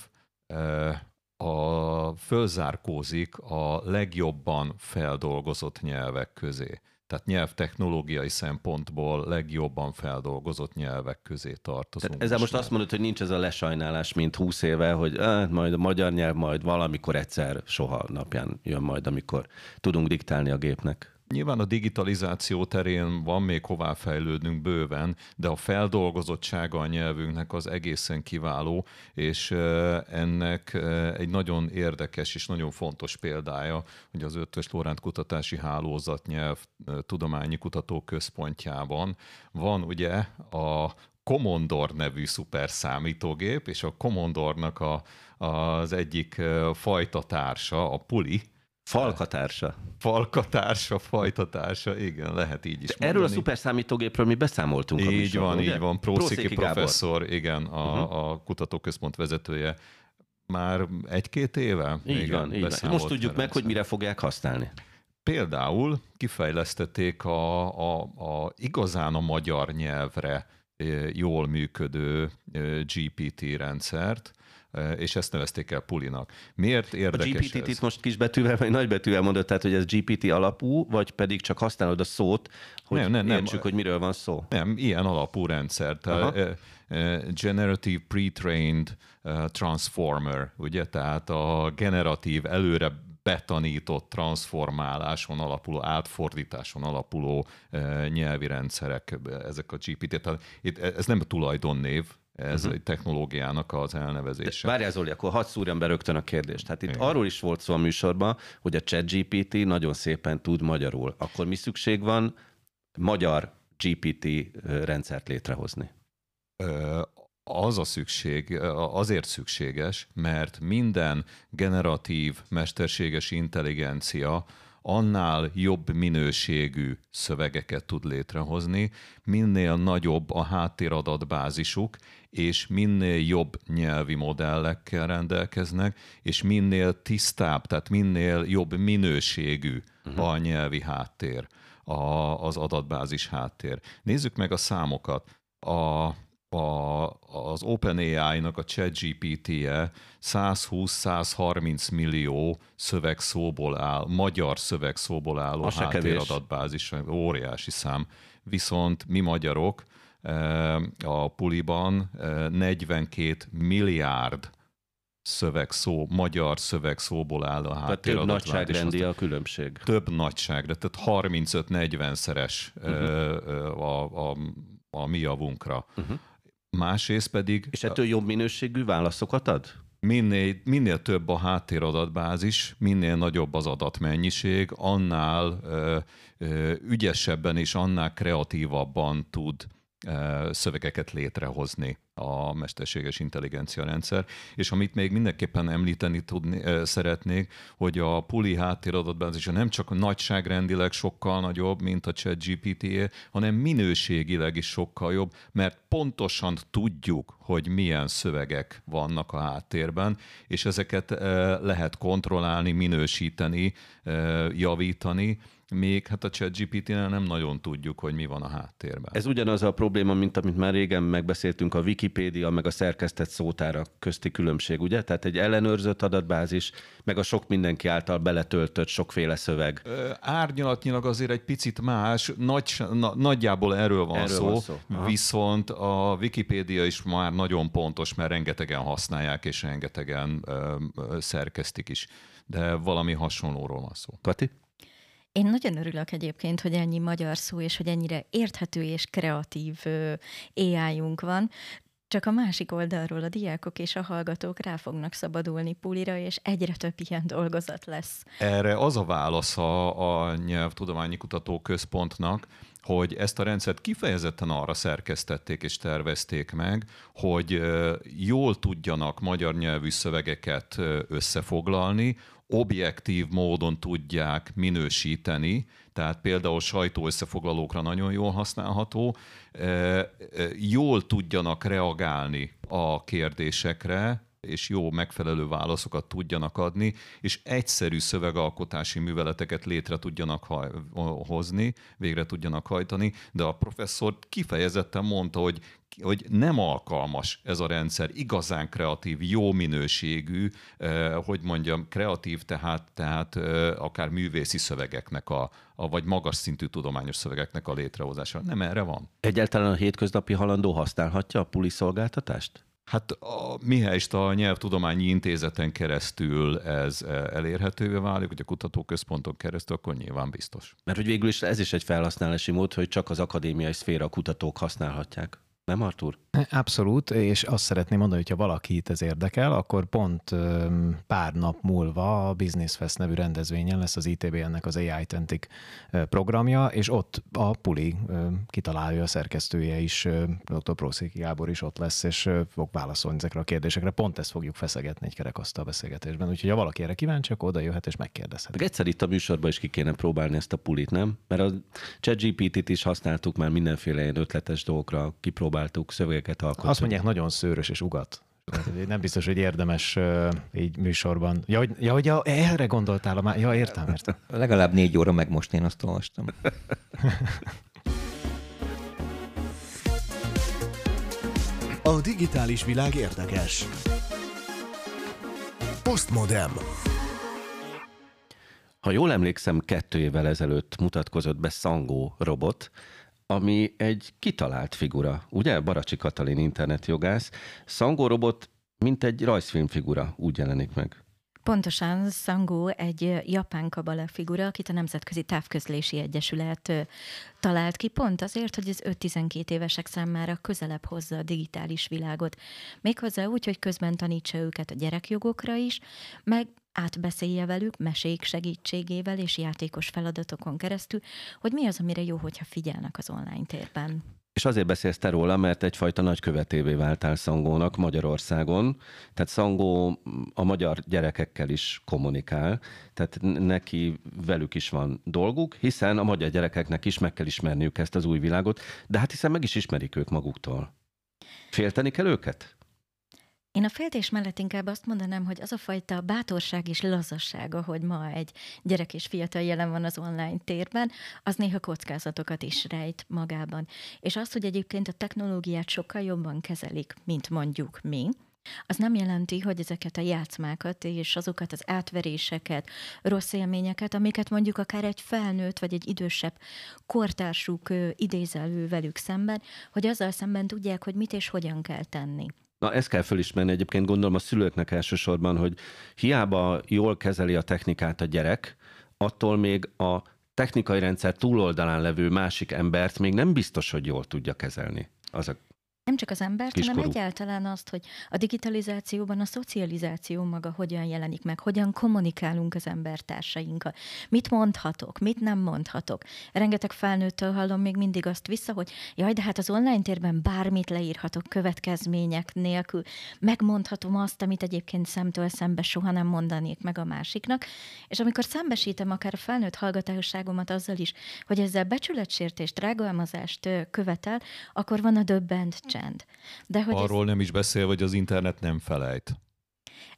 fölzárkózik a legjobban feldolgozott nyelvek közé. Tehát nyelvtechnológiai szempontból legjobban feldolgozott nyelvek közé tartozunk. Tehát ezzel most azt mondod, hogy nincs ez a lesajnálás, mint 20 éve, hogy majd a magyar nyelv majd valamikor egyszer, soha napján jön majd, amikor tudunk diktálni a gépnek. Nyilván a digitalizáció terén van még hová fejlődnünk bőven, de a feldolgozottsága a nyelvünknek az egészen kiváló, és ennek egy nagyon érdekes és nagyon fontos példája, hogy az Eötvös Loránd Kutatási Hálózat Nyelvtudományi Kutatóközpontjában van ugye a Commodore nevű szuperszámítógép, és a Commodore-nak az egyik fajtatársa, a Puli, Falkatársa, fajtatársa, igen, lehet így is mondani. Erről a szuperszámítógépről mi beszámoltunk a műsorban, így van. Prószéki professzor, igen, a kutatóközpont vezetője. Már 1-2 éve? Így van. Most tudjuk meg, hogy mire fogják használni. Például kifejlesztették igazán a magyar nyelvre jól működő GPT rendszert, és ezt nevezték el Pulinak. Miért érdekes ez? A GPT-t itt most kisbetűvel vagy nagybetűvel mondod, tehát hogy ez GPT alapú, vagy pedig csak használod a szót, hogy értsük, hogy miről van szó? Nem, ilyen alapú rendszer. Generative Pre-trained Transformer, ugye? Tehát a generatív, előre betanított transformáláson alapuló, átfordításon alapuló nyelvi rendszerek, ezek a GPT. Tehát ez nem a tulajdonnév, ez egy technológiának az elnevezése. Várjál Zoli, akkor hadd szúrjam be rögtön a kérdést. Hát itt arról is volt szó a műsorban, hogy a ChatGPT nagyon szépen tud magyarul. Akkor mi szükség van magyar GPT rendszert létrehozni? Azért szükséges, mert minden generatív mesterséges intelligencia annál jobb minőségű szövegeket tud létrehozni, minél nagyobb a háttéradatbázisuk, és minél jobb nyelvi modellekkel rendelkeznek, és minél tisztább, tehát minél jobb minőségű a nyelvi háttér, az adatbázis háttér. Nézzük meg a számokat. Az OpenAI-nak a ChatGPT-je 120-130 millió szövegszóból áll, magyar szövegszóból álló háttéradatbázis, óriási szám. Viszont mi magyarok a Puliban 42 milliárd magyar szövegszóból áll a háttéradatbázis. Több nagyságrendi a különbség. Több nagyságra, tehát 35-40-szeres a mi javunkra. Másrészt pedig... És ettől jobb minőségű válaszokat ad? Minél több a háttéradatbázis, minél nagyobb az adatmennyiség, annál ügyesebben és annál kreatívabban tud szövegeket létrehozni a mesterséges intelligencia rendszer. És amit még mindenképpen említeni szeretnék, hogy a Puli háttéradatbázisa nem csak nagyságrendileg sokkal nagyobb, mint a ChatGPT-é, hanem minőségileg is sokkal jobb, mert pontosan tudjuk, hogy milyen szövegek vannak a háttérben, és ezeket lehet kontrollálni, minősíteni, javítani, még hát a ChatGPT-nél nem nagyon tudjuk, hogy mi van a háttérben. Ez ugyanaz a probléma, mint amit már régen megbeszéltünk, a Wikipédia meg a szerkesztett szótára közti különbség, ugye? Tehát egy ellenőrzött adatbázis, meg a sok mindenki által beletöltött sokféle szöveg. Árnyalatnyilag azért egy picit más, nagyjából erről van szó. Viszont a Wikipédia is már nagyon pontos, mert rengetegen használják, és rengetegen szerkesztik is. De valami hasonlóról van szó. Kati? Én nagyon örülök egyébként, hogy ennyi magyar szó, és hogy ennyire érthető és kreatív AI-unk van. Csak a másik oldalról a diákok és a hallgatók rá fognak szabadulni pulira, és egyre több ilyen dolgozat lesz. Erre az a válasz a Nyelvtudományi Kutatóközpontnak, hogy ezt a rendszert kifejezetten arra szerkesztették és tervezték meg, hogy jól tudjanak magyar nyelvű szövegeket összefoglalni, objektív módon tudják minősíteni, tehát például sajtóösszefoglalókra nagyon jól használható, jól tudjanak reagálni a kérdésekre, és jó, megfelelő válaszokat tudjanak adni, és egyszerű szövegalkotási műveleteket létre tudjanak hozni, végre tudjanak hajtani, de a professzor kifejezetten mondta, hogy nem alkalmas ez a rendszer, igazán kreatív, jó minőségű, hogy mondjam, kreatív, tehát akár művészi szövegeknek, vagy magas szintű tudományos szövegeknek a létrehozása. Nem erre van. Egyáltalán a hétköznapi halandó használhatja a puli szolgáltatást? Hát mihelyest a Nyelvtudományi Intézeten keresztül ez elérhetővé válik, hogy a kutatóközponton keresztül, akkor nyilván biztos. Mert hogy végül is ez is egy felhasználási mód, hogy csak az akadémiai szféra kutatók használhatják. Nem, Artúr? Abszolút, és azt szeretném mondani, hogy ha valakit ez érdekel, akkor pont pár nap múlva a Business Fest nevű rendezvényen lesz az ITB-nek az AI Authentic programja, és ott a puli kitalálja, a szerkesztője is, dr. Prószéki Gábor is ott lesz, és fog válaszolni ezekre a kérdésekre. Pont ezt fogjuk feszegetni egy kerekasztal beszélgetésben. Úgyhogy ha valaki erre kíváncsi, akkor oda jöhet és megkérdezhet. Meg egyszer itt a műsorban is ki kéne próbálni ezt a pulit, nem? Mert a ChatGPT-t is használtuk már mindenféle ilyen ötletes dolgokra, kipróbáltuk, szövegeket alkotni. Azt mondják, nagyon szőrös és ugat. Nem biztos, hogy érdemes így műsorban. Hogy erre gondoltál már? Ja, értem. Legalább 4 óra meg most én azt olvastam. A digitális világ érdekes. Postmodem. Ha jól emlékszem, 2 évvel ezelőtt mutatkozott be Szangó robot, ami egy kitalált figura, ugye? Baracsi Katalin internetjogász. Szangó robot, mint egy rajzfilmfigura, úgy jelenik meg. Pontosan, Szangó egy japán kabala figura, akit a Nemzetközi Távközlési Egyesület talált ki, pont azért, hogy az 5-12 évesek számára közelebb hozza a digitális világot. Méghozzá úgy, hogy közben tanítsa őket a gyerekjogokra is, meg átbeszélje velük mesék segítségével és játékos feladatokon keresztül, hogy mi az, amire jó, hogyha figyelnek az online térben. És azért beszélsz te róla, mert egyfajta nagykövetévé váltál Szangónak Magyarországon. Tehát Szangó a magyar gyerekekkel is kommunikál, tehát neki velük is van dolguk, hiszen a magyar gyerekeknek is meg kell ismerniük ezt az új világot, de hát hiszen meg is ismerik ők maguktól. Félteni kell őket? Én a féltés mellett inkább azt mondanám, hogy az a fajta bátorság és lazasság, ahogy ma egy gyerek és fiatal jelen van az online térben, az néha kockázatokat is rejt magában. És az, hogy egyébként a technológiát sokkal jobban kezelik, mint mondjuk mi, az nem jelenti, hogy ezeket a játszmákat és azokat az átveréseket, rossz élményeket, amiket mondjuk akár egy felnőtt vagy egy idősebb kortársuk idéz elő velük szemben, hogy azzal szemben tudják, hogy mit és hogyan kell tenni. Na, ezt kell fölismerni egyébként, gondolom a szülőknek elsősorban, hogy hiába jól kezeli a technikát a gyerek, attól még a technikai rendszer túloldalán levő másik embert még nem biztos, hogy jól tudja kezelni. Nem csak az embert, kiskorú. hanem egyáltalán azt, hogy a digitalizációban a szocializáció maga hogyan jelenik meg, hogyan kommunikálunk az embertársainkkal. Mit mondhatok, mit nem mondhatok. Rengeteg felnőttől hallom még mindig azt vissza, hogy jaj, de hát az online térben bármit leírhatok következmények nélkül. Megmondhatom azt, amit egyébként szemtől szembe soha nem mondanék meg a másiknak. És amikor szembesítem akár a felnőtt hallgatásságomat azzal is, hogy ezzel becsületsértést, rágalmazást követel, akkor van a döbbent csend. De hogy arról nem is beszél, hogy az internet nem felejt.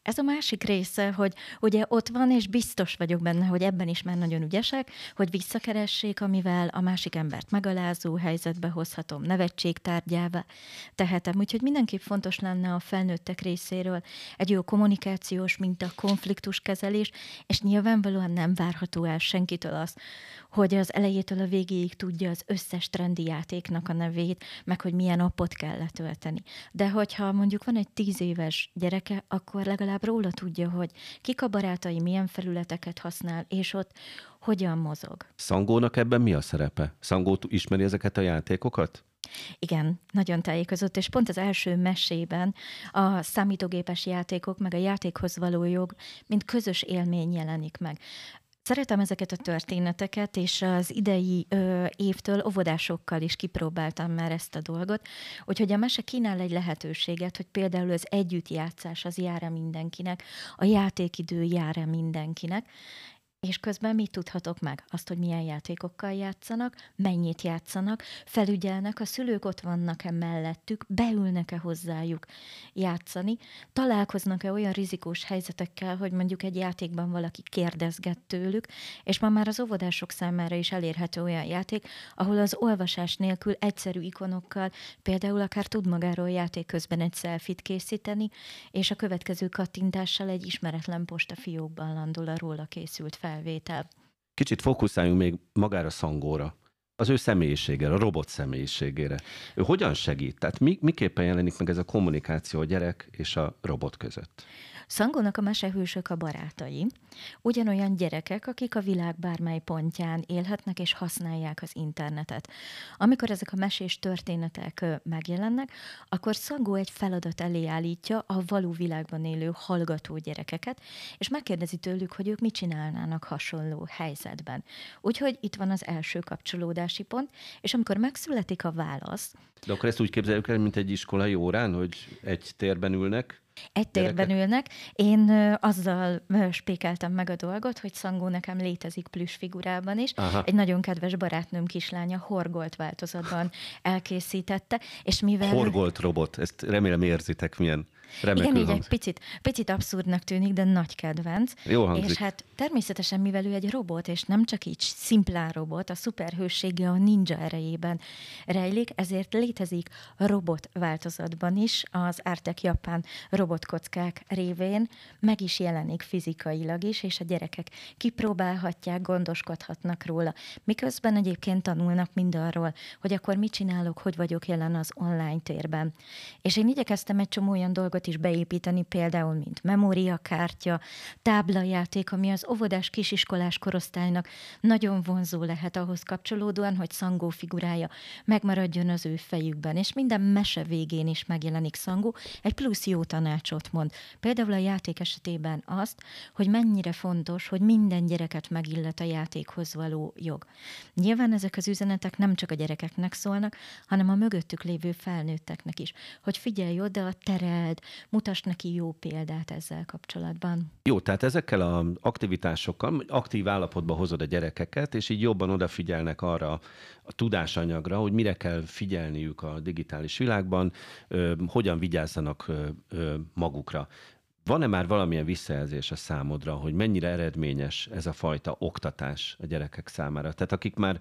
Ez a másik része, hogy ugye ott van, és biztos vagyok benne, hogy ebben is már nagyon ügyesek, hogy visszakeressék, amivel a másik embert megalázó helyzetbe hozhatom, nevetségtárgyává tehetem. Úgyhogy mindenképp fontos lenne a felnőttek részéről egy jó kommunikációs minta, konfliktuskezelés, és nyilvánvalóan nem várható el senkitől az, hogy az elejétől a végéig tudja az összes trendi játéknak a nevét, meg hogy milyen appot kell letölteni. De hogyha mondjuk van egy 10 éves gyereke, akkor legalább róla tudja, hogy kik a barátai, milyen felületeket használ, és ott hogyan mozog. Szangónak ebben mi a szerepe? Szangó ismeri ezeket a játékokat? Igen, nagyon tájékozott, és pont az első mesében a számítógépes játékok, meg a játékhoz való jog, mint közös élmény jelenik meg. Szeretem ezeket a történeteket, és az idei évtől óvodásokkal is kipróbáltam már ezt a dolgot, úgyhogy a mese kínál egy lehetőséget, hogy például az együttjátszás az jár-e mindenkinek, a játékidő jár-e mindenkinek, és közben mit tudhatok meg? Azt, hogy milyen játékokkal játszanak, mennyit játszanak, felügyelnek, a szülők ott vannak-e mellettük, beülnek-e hozzájuk játszani, találkoznak-e olyan rizikós helyzetekkel, hogy mondjuk egy játékban valaki kérdezget tőlük, és ma már az óvodások számára is elérhető olyan játék, ahol az olvasás nélkül egyszerű ikonokkal például akár tud magáról játék közben egy selfit készíteni, és a következő kattintással egy ismeretlen postafiókban landol a róla készült felvétel. Kicsit fókuszáljunk még magára Szangóra, az ő személyiségére, a robot személyiségére. Ő hogyan segít? Tehát miképpen jelenik meg ez a kommunikáció a gyerek és a robot között? Szangónak a mesehősök a barátai, ugyanolyan gyerekek, akik a világ bármely pontján élhetnek és használják az internetet. Amikor ezek a mesés történetek megjelennek, akkor Szangó egy feladat elé állítja a való világban élő hallgató gyerekeket, és megkérdezi tőlük, hogy ők mit csinálnának hasonló helyzetben. Úgyhogy itt van az első kapcsolódási pont, és amikor megszületik a válasz... De akkor ezt úgy képzeljük el, mint egy iskolai órán, hogy egy térben ülnek? Egy térben ülnek. Én azzal spékeltem meg a dolgot, hogy Szangó nekem létezik plüss figurában is. Aha. Egy nagyon kedves barátnőm kislánya horgolt változatban elkészítette, és mivel... Horgolt robot, ezt remélem érzitek, milyen remekül igen, így egy picit abszurdnak tűnik, de nagy kedvenc. Jó hangzik. És hát természetesen, mivel ő egy robot, és nem csak így szimplán robot, a szuperhőssége a ninja erejében rejlik, ezért létezik robot változatban is az Artek japán robotkockák révén, meg is jelenik fizikailag is, és a gyerekek kipróbálhatják, gondoskodhatnak róla. Miközben egyébként tanulnak mindarról, hogy akkor mit csinálok, hogy vagyok jelen az online térben. És én igyekeztem egy csomó olyan dolgot is beépíteni, például mint memóriakártya, táblajáték, ami az óvodás kisiskolás korosztálynak nagyon vonzó lehet ahhoz kapcsolódóan, hogy Szangó figurája megmaradjon az ő fejükben, és minden mese végén is megjelenik Szangó, egy plusz jó tanácsot mond. Például a játék esetében azt, hogy mennyire fontos, hogy minden gyereket megillet a játékhoz való jog. Nyilván ezek az üzenetek nem csak a gyerekeknek szólnak, hanem a mögöttük lévő felnőtteknek is, hogy figyelj oda, tereld, mutass neki jó példát ezzel kapcsolatban. Jó, tehát ezekkel az aktivitásokkal aktív állapotba hozod a gyerekeket, és így jobban odafigyelnek arra a tudásanyagra, hogy mire kell figyelniük a digitális világban, hogyan vigyázzanak magukra. Van-e már valamilyen visszajelzés a számodra, hogy mennyire eredményes ez a fajta oktatás a gyerekek számára? Tehát akik már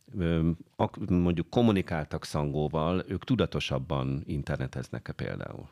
mondjuk kommunikáltak Szangóval, ők tudatosabban interneteznek-e például?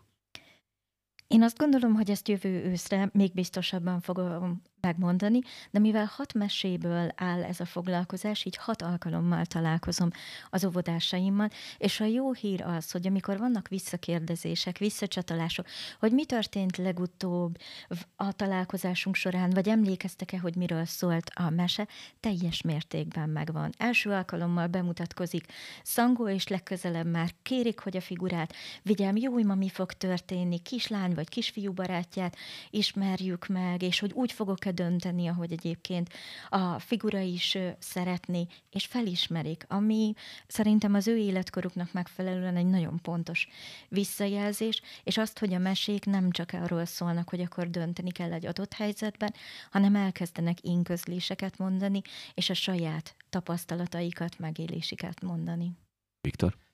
Én azt gondolom, hogy ezt jövő őszre még biztosabban fogom megmondani, de mivel 6 meséből áll ez a foglalkozás, így 6 alkalommal találkozom az óvodásaimmal, és a jó hír az, hogy amikor vannak visszakérdezések, visszacsatolások, hogy mi történt legutóbb a találkozásunk során, vagy emlékeztek-e, hogy miről szólt a mese, teljes mértékben megvan. Első alkalommal bemutatkozik Szangó, és legközelebb már kérik, hogy a figurát vigyem, jó, ma mi fog történni, kislány vagy kisfiú barátját ismerjük meg, és hogy úgy fogok dönteni, ahogy egyébként a figura is szeretné, és felismerik, ami szerintem az ő életkoruknak megfelelően egy nagyon pontos visszajelzés, és azt, hogy a mesék nem csak arról szólnak, hogy akkor dönteni kell egy adott helyzetben, hanem elkezdenek énközléseket mondani, és a saját tapasztalataikat, megéléseket mondani. Viktor?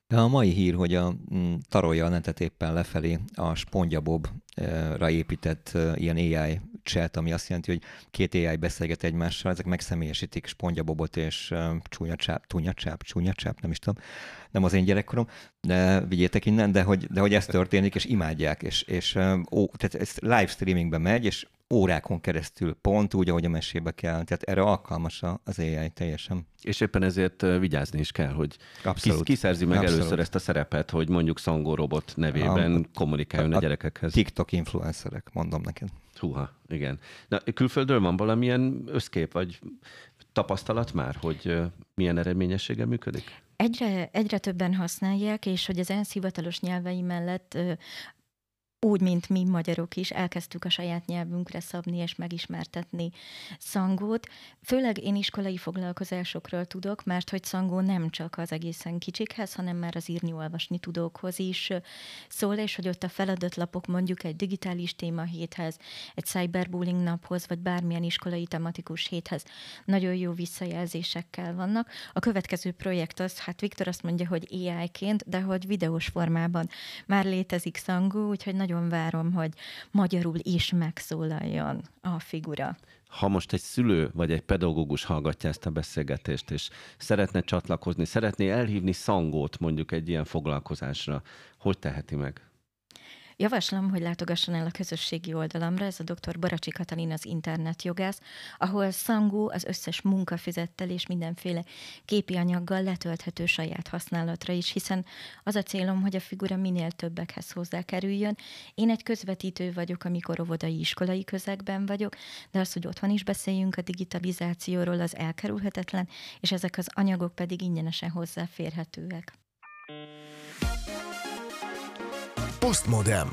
A mai hír, hogy a tarolja a netet éppen lefelé a SpongeBob-ra épített ilyen AI chat, ami azt jelenti, hogy két AI beszélget egymással, ezek megszemélyesítik SpongeBobot és Csúnyacsáp, nem is tudom, nem az én gyerekkorom, de vigyétek innen, de hogy ez történik, és imádják, és tehát ez live streamingben megy, és órákon keresztül, pont úgy, ahogy a mesébe kell. Tehát erre alkalmas az AI teljesen. És éppen ezért vigyázni is kell, hogy kiszerzi meg Abszolút. először ezt a szerepet, hogy mondjuk Szangó robot nevében kommunikáljon a gyerekekhez. TikTok influencerek, mondom neked. Húha, igen. Na, külföldről van valamilyen összkép, vagy tapasztalat már, hogy milyen eredményességgel működik? Egyre többen használják, és hogy az ENSZ hivatalos nyelvei mellett úgy, mint mi magyarok is, elkezdtük a saját nyelvünkre szabni és megismertetni Szangót. Főleg én iskolai foglalkozásokról tudok, mert hogy Szangó nem csak az egészen kicsikhez, hanem már az írni-olvasni tudókhoz is szól, és hogy ott a feladatlapok mondjuk egy digitális témahéthez, egy cyberbullying naphoz, vagy bármilyen iskolai tematikus héthez nagyon jó visszajelzésekkel vannak. A következő projekt az, hát Viktor azt mondja, hogy AI-ként, de hogy videós formában már létezik Szangó, úgyhogy nagyon várom, hogy magyarul is megszólaljon a figura. Ha most egy szülő vagy egy pedagógus hallgatja ezt a beszélgetést, és szeretne csatlakozni, szeretné elhívni Szangót mondjuk egy ilyen foglalkozásra, hogy teheti meg? Javaslom, hogy látogasson el a közösségi oldalamra, ez a dr. Baracsi Katalin az internetjogász, ahol Szangó az összes munkafüzettel és mindenféle képi anyaggal letölthető saját használatra is, hiszen az a célom, hogy a figura minél többekhez hozzákerüljön. Én egy közvetítő vagyok, amikor óvodai iskolai közegben vagyok, de az, hogy otthon is beszéljünk a digitalizációról, az elkerülhetetlen, és ezek az anyagok pedig ingyenesen hozzáférhetőek. Postmodem.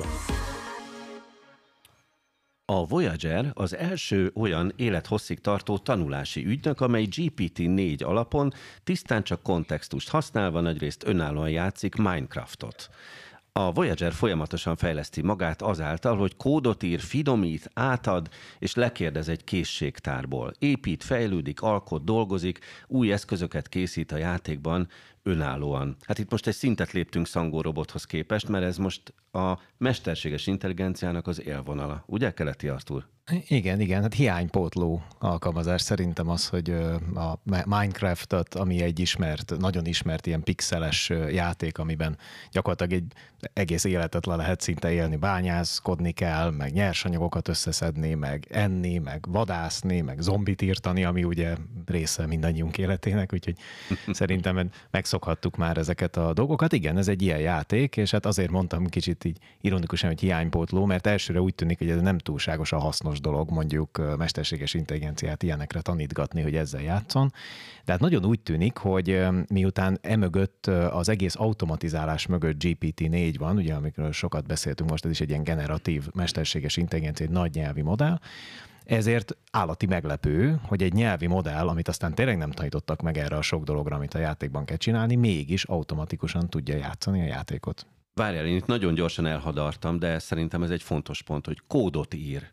A Voyager az első olyan élethosszig tartó tanulási ügynök, amely GPT-4 alapon tisztán csak kontextust használva nagyrészt önállóan játszik Minecraftot. A Voyager folyamatosan fejleszti magát azáltal, hogy kódot ír, finomít, átad és lekérdez egy készségtárból. Épít, fejlődik, alkot, dolgozik, új eszközöket készít a játékban önállóan. Hát itt most egy szintet léptünk Szangó robothoz képest, mert ez most a mesterséges intelligenciának az élvonala. Ugye, Keleti Artúr? Igen, hát hiánypótló alkalmazás szerintem az, hogy a Minecraftot, ami egy nagyon ismert ilyen pixeles játék, amiben gyakorlatilag egy egész életet le lehet szinte élni, bányászkodni kell, meg nyersanyagokat összeszedni, meg enni, meg vadászni, meg zombit írtani, ami ugye része mindannyiunk életének, úgyhogy szerintem megszokhattuk már ezeket a dolgokat. Igen, ez egy ilyen játék, és hát azért mondtam kicsit így ironikusan, hogy hiánypótló, mert elsőre úgy tűnik, hogy ez nem túlságosan hasznos dolog, mondjuk mesterséges intelligenciát ilyenekre tanítgatni, hogy ezzel játszon. De hát nagyon úgy tűnik, hogy miután emögött az egész automatizálás mögött GPT-4 van, ugye amikről sokat beszéltünk most, ez is egy ilyen generatív mesterséges intelligencia, egy nagy nyelvi modell, ezért állati meglepő, hogy egy nyelvi modell, amit aztán tényleg nem tanítottak meg erre a sok dologra, amit a játékban kell csinálni, mégis automatikusan tudja játszani a játékot. Várjál, én itt nagyon gyorsan elhadartam, de szerintem ez egy fontos pont, hogy kódot ír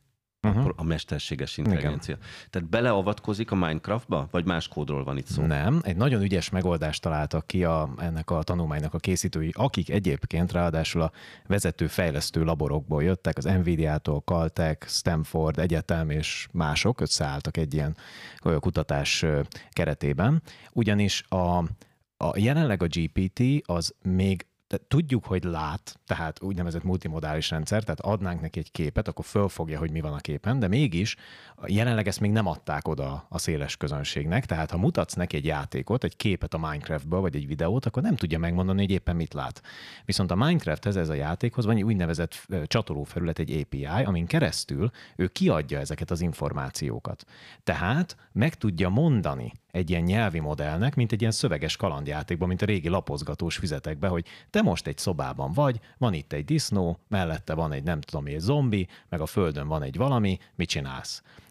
a mesterséges intelligencia. Igen. Tehát beleavatkozik a Minecraftba, vagy más kódról van itt szó? Nem, egy nagyon ügyes megoldást találtak ki ennek a tanulmánynak a készítői, akik egyébként ráadásul a vezető fejlesztő laborokból jöttek, az Nvidia-tól, Caltech, Stanford Egyetem és mások összeálltak egy ilyen kutatás keretében, ugyanis jelenleg a GPT az még tudjuk, hogy lát, tehát úgynevezett multimodális rendszer, tehát adnánk neki egy képet, akkor fölfogja, hogy mi van a képen, de mégis jelenleg ezt még nem adták oda a széles közönségnek, tehát ha mutatsz neki egy játékot, egy képet a Minecraftből, vagy egy videót, akkor nem tudja megmondani, hogy éppen mit lát. Viszont a Minecrafthez, ez a játékhoz van egy úgynevezett csatolófelület, egy API, amin keresztül ő kiadja ezeket az információkat. Tehát meg tudja mondani egy ilyen nyelvi modellnek, mint egy ilyen szöveges kalandjátékban, mint a régi lapozgatós füzetekben, hogy te most egy szobában vagy, van itt egy disznó, mellette van egy nem tudom, egy zombi, meg a földön van egy valami, mit csinálsz?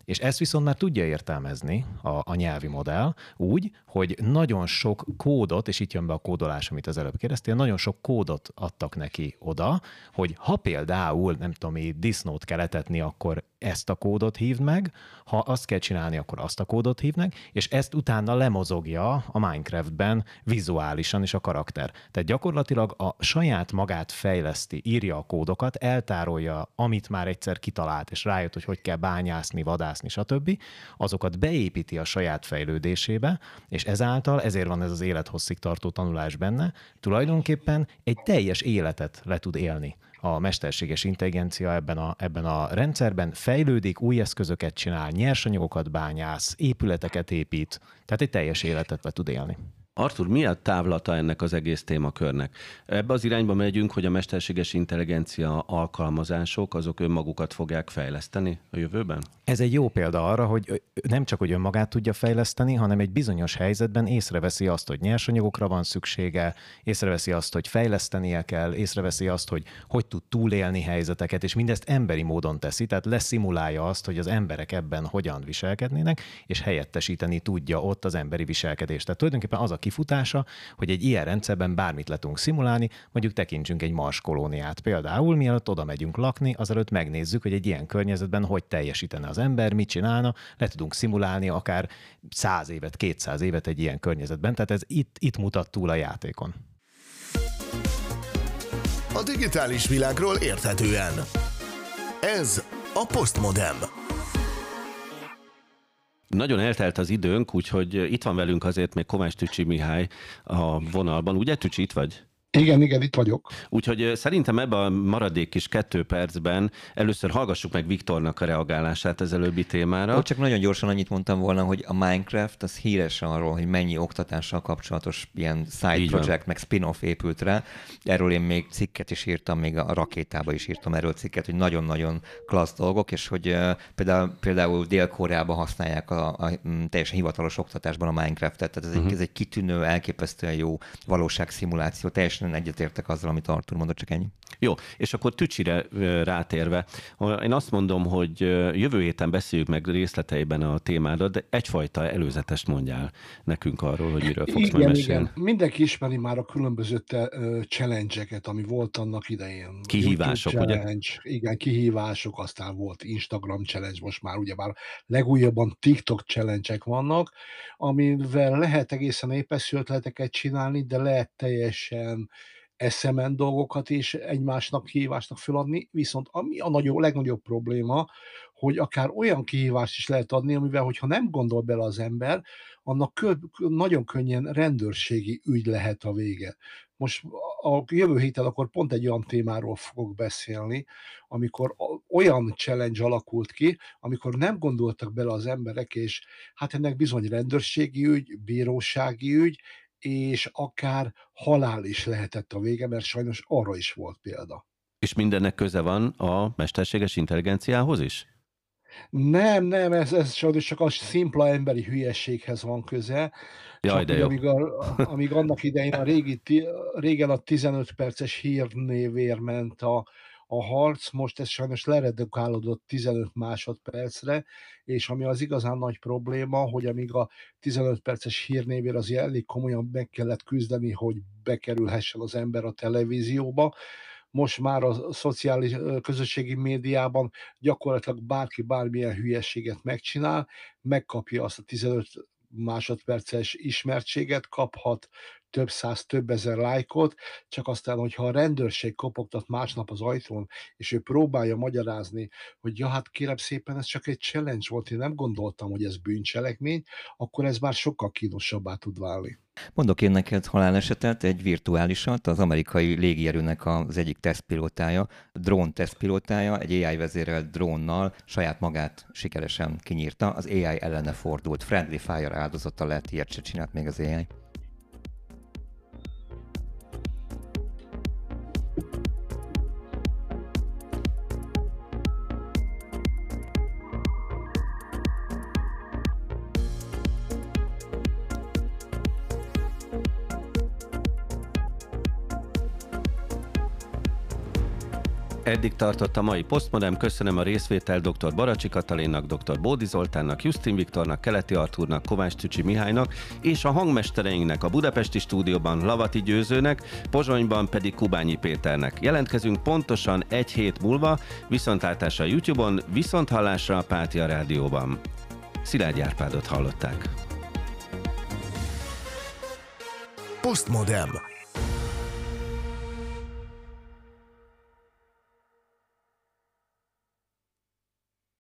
És ezt viszont már tudja értelmezni a nyelvi modell úgy, hogy nagyon sok kódot, és itt jön be a kódolás, amit az előbb kérdeztél, nagyon sok kódot adtak neki oda, hogy ha például, nem tudom, disznót kell etetni, akkor ezt a kódot hívd meg, ha azt kell csinálni, akkor azt a kódot hívd meg, és ezt utána lemozogja a Minecraftben vizuálisan is a karakter. Tehát gyakorlatilag a saját magát fejleszti, írja a kódokat, eltárolja, amit már egyszer kitalált, és rájött, hogy kell bányászni, vadászni, stb. Azokat beépíti a saját fejlődésébe, és ezáltal, ezért van ez az élethosszig tartó tanulás benne, tulajdonképpen egy teljes életet le tud élni a mesterséges intelligencia ebben a rendszerben, fejlődik, új eszközöket csinál, nyersanyagokat bányász, épületeket épít, tehát egy teljes életet le tud élni. Artur, mi a távlata ennek az egész témakörnek? Ebbe az irányba megyünk, hogy a mesterséges intelligencia alkalmazások, azok önmagukat fogják fejleszteni a jövőben? Ez egy jó példa arra, hogy nem csak hogy önmagát tudja fejleszteni, hanem egy bizonyos helyzetben észreveszi azt, hogy nyersanyagokra van szüksége, észreveszi azt, hogy fejlesztenie kell, észreveszi azt, hogy tud túlélni helyzeteket, és mindezt emberi módon teszi, tehát leszimulálja azt, hogy az emberek ebben hogyan viselkednének, és helyettesíteni tudja ott az emberi viselkedést. Tehát tulajdonképpen az a kifutása, hogy egy ilyen rendszerben bármit le tudunk szimulálni, mondjuk tekintsünk egy Mars kolóniát. Például, mielőtt oda megyünk lakni, azelőtt megnézzük, hogy egy ilyen környezetben hogy teljesítene az ember, mit csinálna, le tudunk szimulálni akár 100 évet, 200 évet egy ilyen környezetben. Tehát ez itt mutat túl a játékon. A digitális világról érthetően. Ez a Postmodem. Nagyon eltelt az időnk, úgyhogy itt van velünk azért még Kovács Tücsi Mihály a vonalban. Ugye, Tücsi, itt vagy? Igen, itt vagyok. Úgyhogy szerintem ebben a maradék kis 2 percben először hallgassuk meg Viktornak a reagálását az előbbi témára. Csak nagyon gyorsan annyit mondtam volna, hogy a Minecraft az híres arról, hogy mennyi oktatással kapcsolatos ilyen side project, meg spin-off épült rá. Erről én még cikket is írtam, még a Rakétába is írtam erről cikket, hogy nagyon-nagyon klassz dolgok, és hogy például Dél-Koreában használják a teljesen hivatalos oktatásban a Minecraftet. Tehát ez egy kitűnő, elképesztően jó valóságszimuláció, teljesen egyetértek azzal, amit Artur mondott, csak ennyi. Jó, és akkor Tücsire rátérve, én azt mondom, hogy jövő héten beszéljük meg részleteiben a témádat, de egyfajta előzetest mondjál nekünk arról, hogy miről fogsz majd mesélni. Igen. Mindenki ismeri már a különböző challenge-eket, ami volt annak idején. Kihívások, ugye? Igen, kihívások, aztán volt Instagram challenge, most már ugye már legújabban TikTok challenge-ek vannak, amivel lehet egészen épeszű ötleteket csinálni, de lehet teljesen eszemen dolgokat is egymásnak kihívásnak feladni, viszont ami a legnagyobb probléma, hogy akár olyan kihívást is lehet adni, amivel, hogyha nem gondol bele az ember, annak nagyon könnyen rendőrségi ügy lehet a vége. Most a jövő héten akkor pont egy olyan témáról fogok beszélni, amikor olyan challenge alakult ki, amikor nem gondoltak bele az emberek, és hát ennek bizony rendőrségi ügy, bírósági ügy, és akár halál is lehetett a vége, mert sajnos arra is volt példa. És mindennek köze van a mesterséges intelligenciához is? Nem, ez sajnos csak a szimpla emberi hülyességhez van köze. Jaj, de jó. Amíg annak idején régen a 15 perces hírnévért ment a harc, most ez sajnos leredukálódott 15 másodpercre, és ami az igazán nagy probléma, hogy amíg a 15 perces hírnévért azért elég komolyan meg kellett küzdeni, hogy bekerülhessen az ember a televízióba, most már a szociális közösségi médiában gyakorlatilag bárki bármilyen hülyeséget megcsinál, megkapja azt a 15 másodperces ismertséget, kaphat több száz, több ezer lájkot, csak aztán, hogyha a rendőrség kopogtat másnap az ajtón, és ő próbálja magyarázni, hogy ja, hát kérem szépen, ez csak egy challenge volt, én nem gondoltam, hogy ez bűncselekmény, akkor ez már sokkal kínosabbá tud válni. Mondok én neked halálesetet, egy virtuálisat, az amerikai légierőnek az egyik tesztpilótája, drón tesztpilótája, egy AI vezérelt drónnal saját magát sikeresen kinyírta, az AI ellene fordult, friendly fire áldozata lett, ilyet se csinált még az AI. Eddig tartott a mai Postmodern. Köszönöm a részvételt dr. Baracsi Katalinnak, dr. Bódi Zoltánnak, Justin Viktornak, Keleti Artúrnak, Kovács Tücsi Mihálynak és a hangmestereinknek a budapesti stúdióban Lavati Győzőnek, Pozsonyban pedig Kubányi Péternek. Jelentkezünk pontosan egy hét múlva, viszontlátásra a YouTube-on, viszonthallásra a Pátia Rádióban. Szilágyi Árpádot hallották. Postmodern.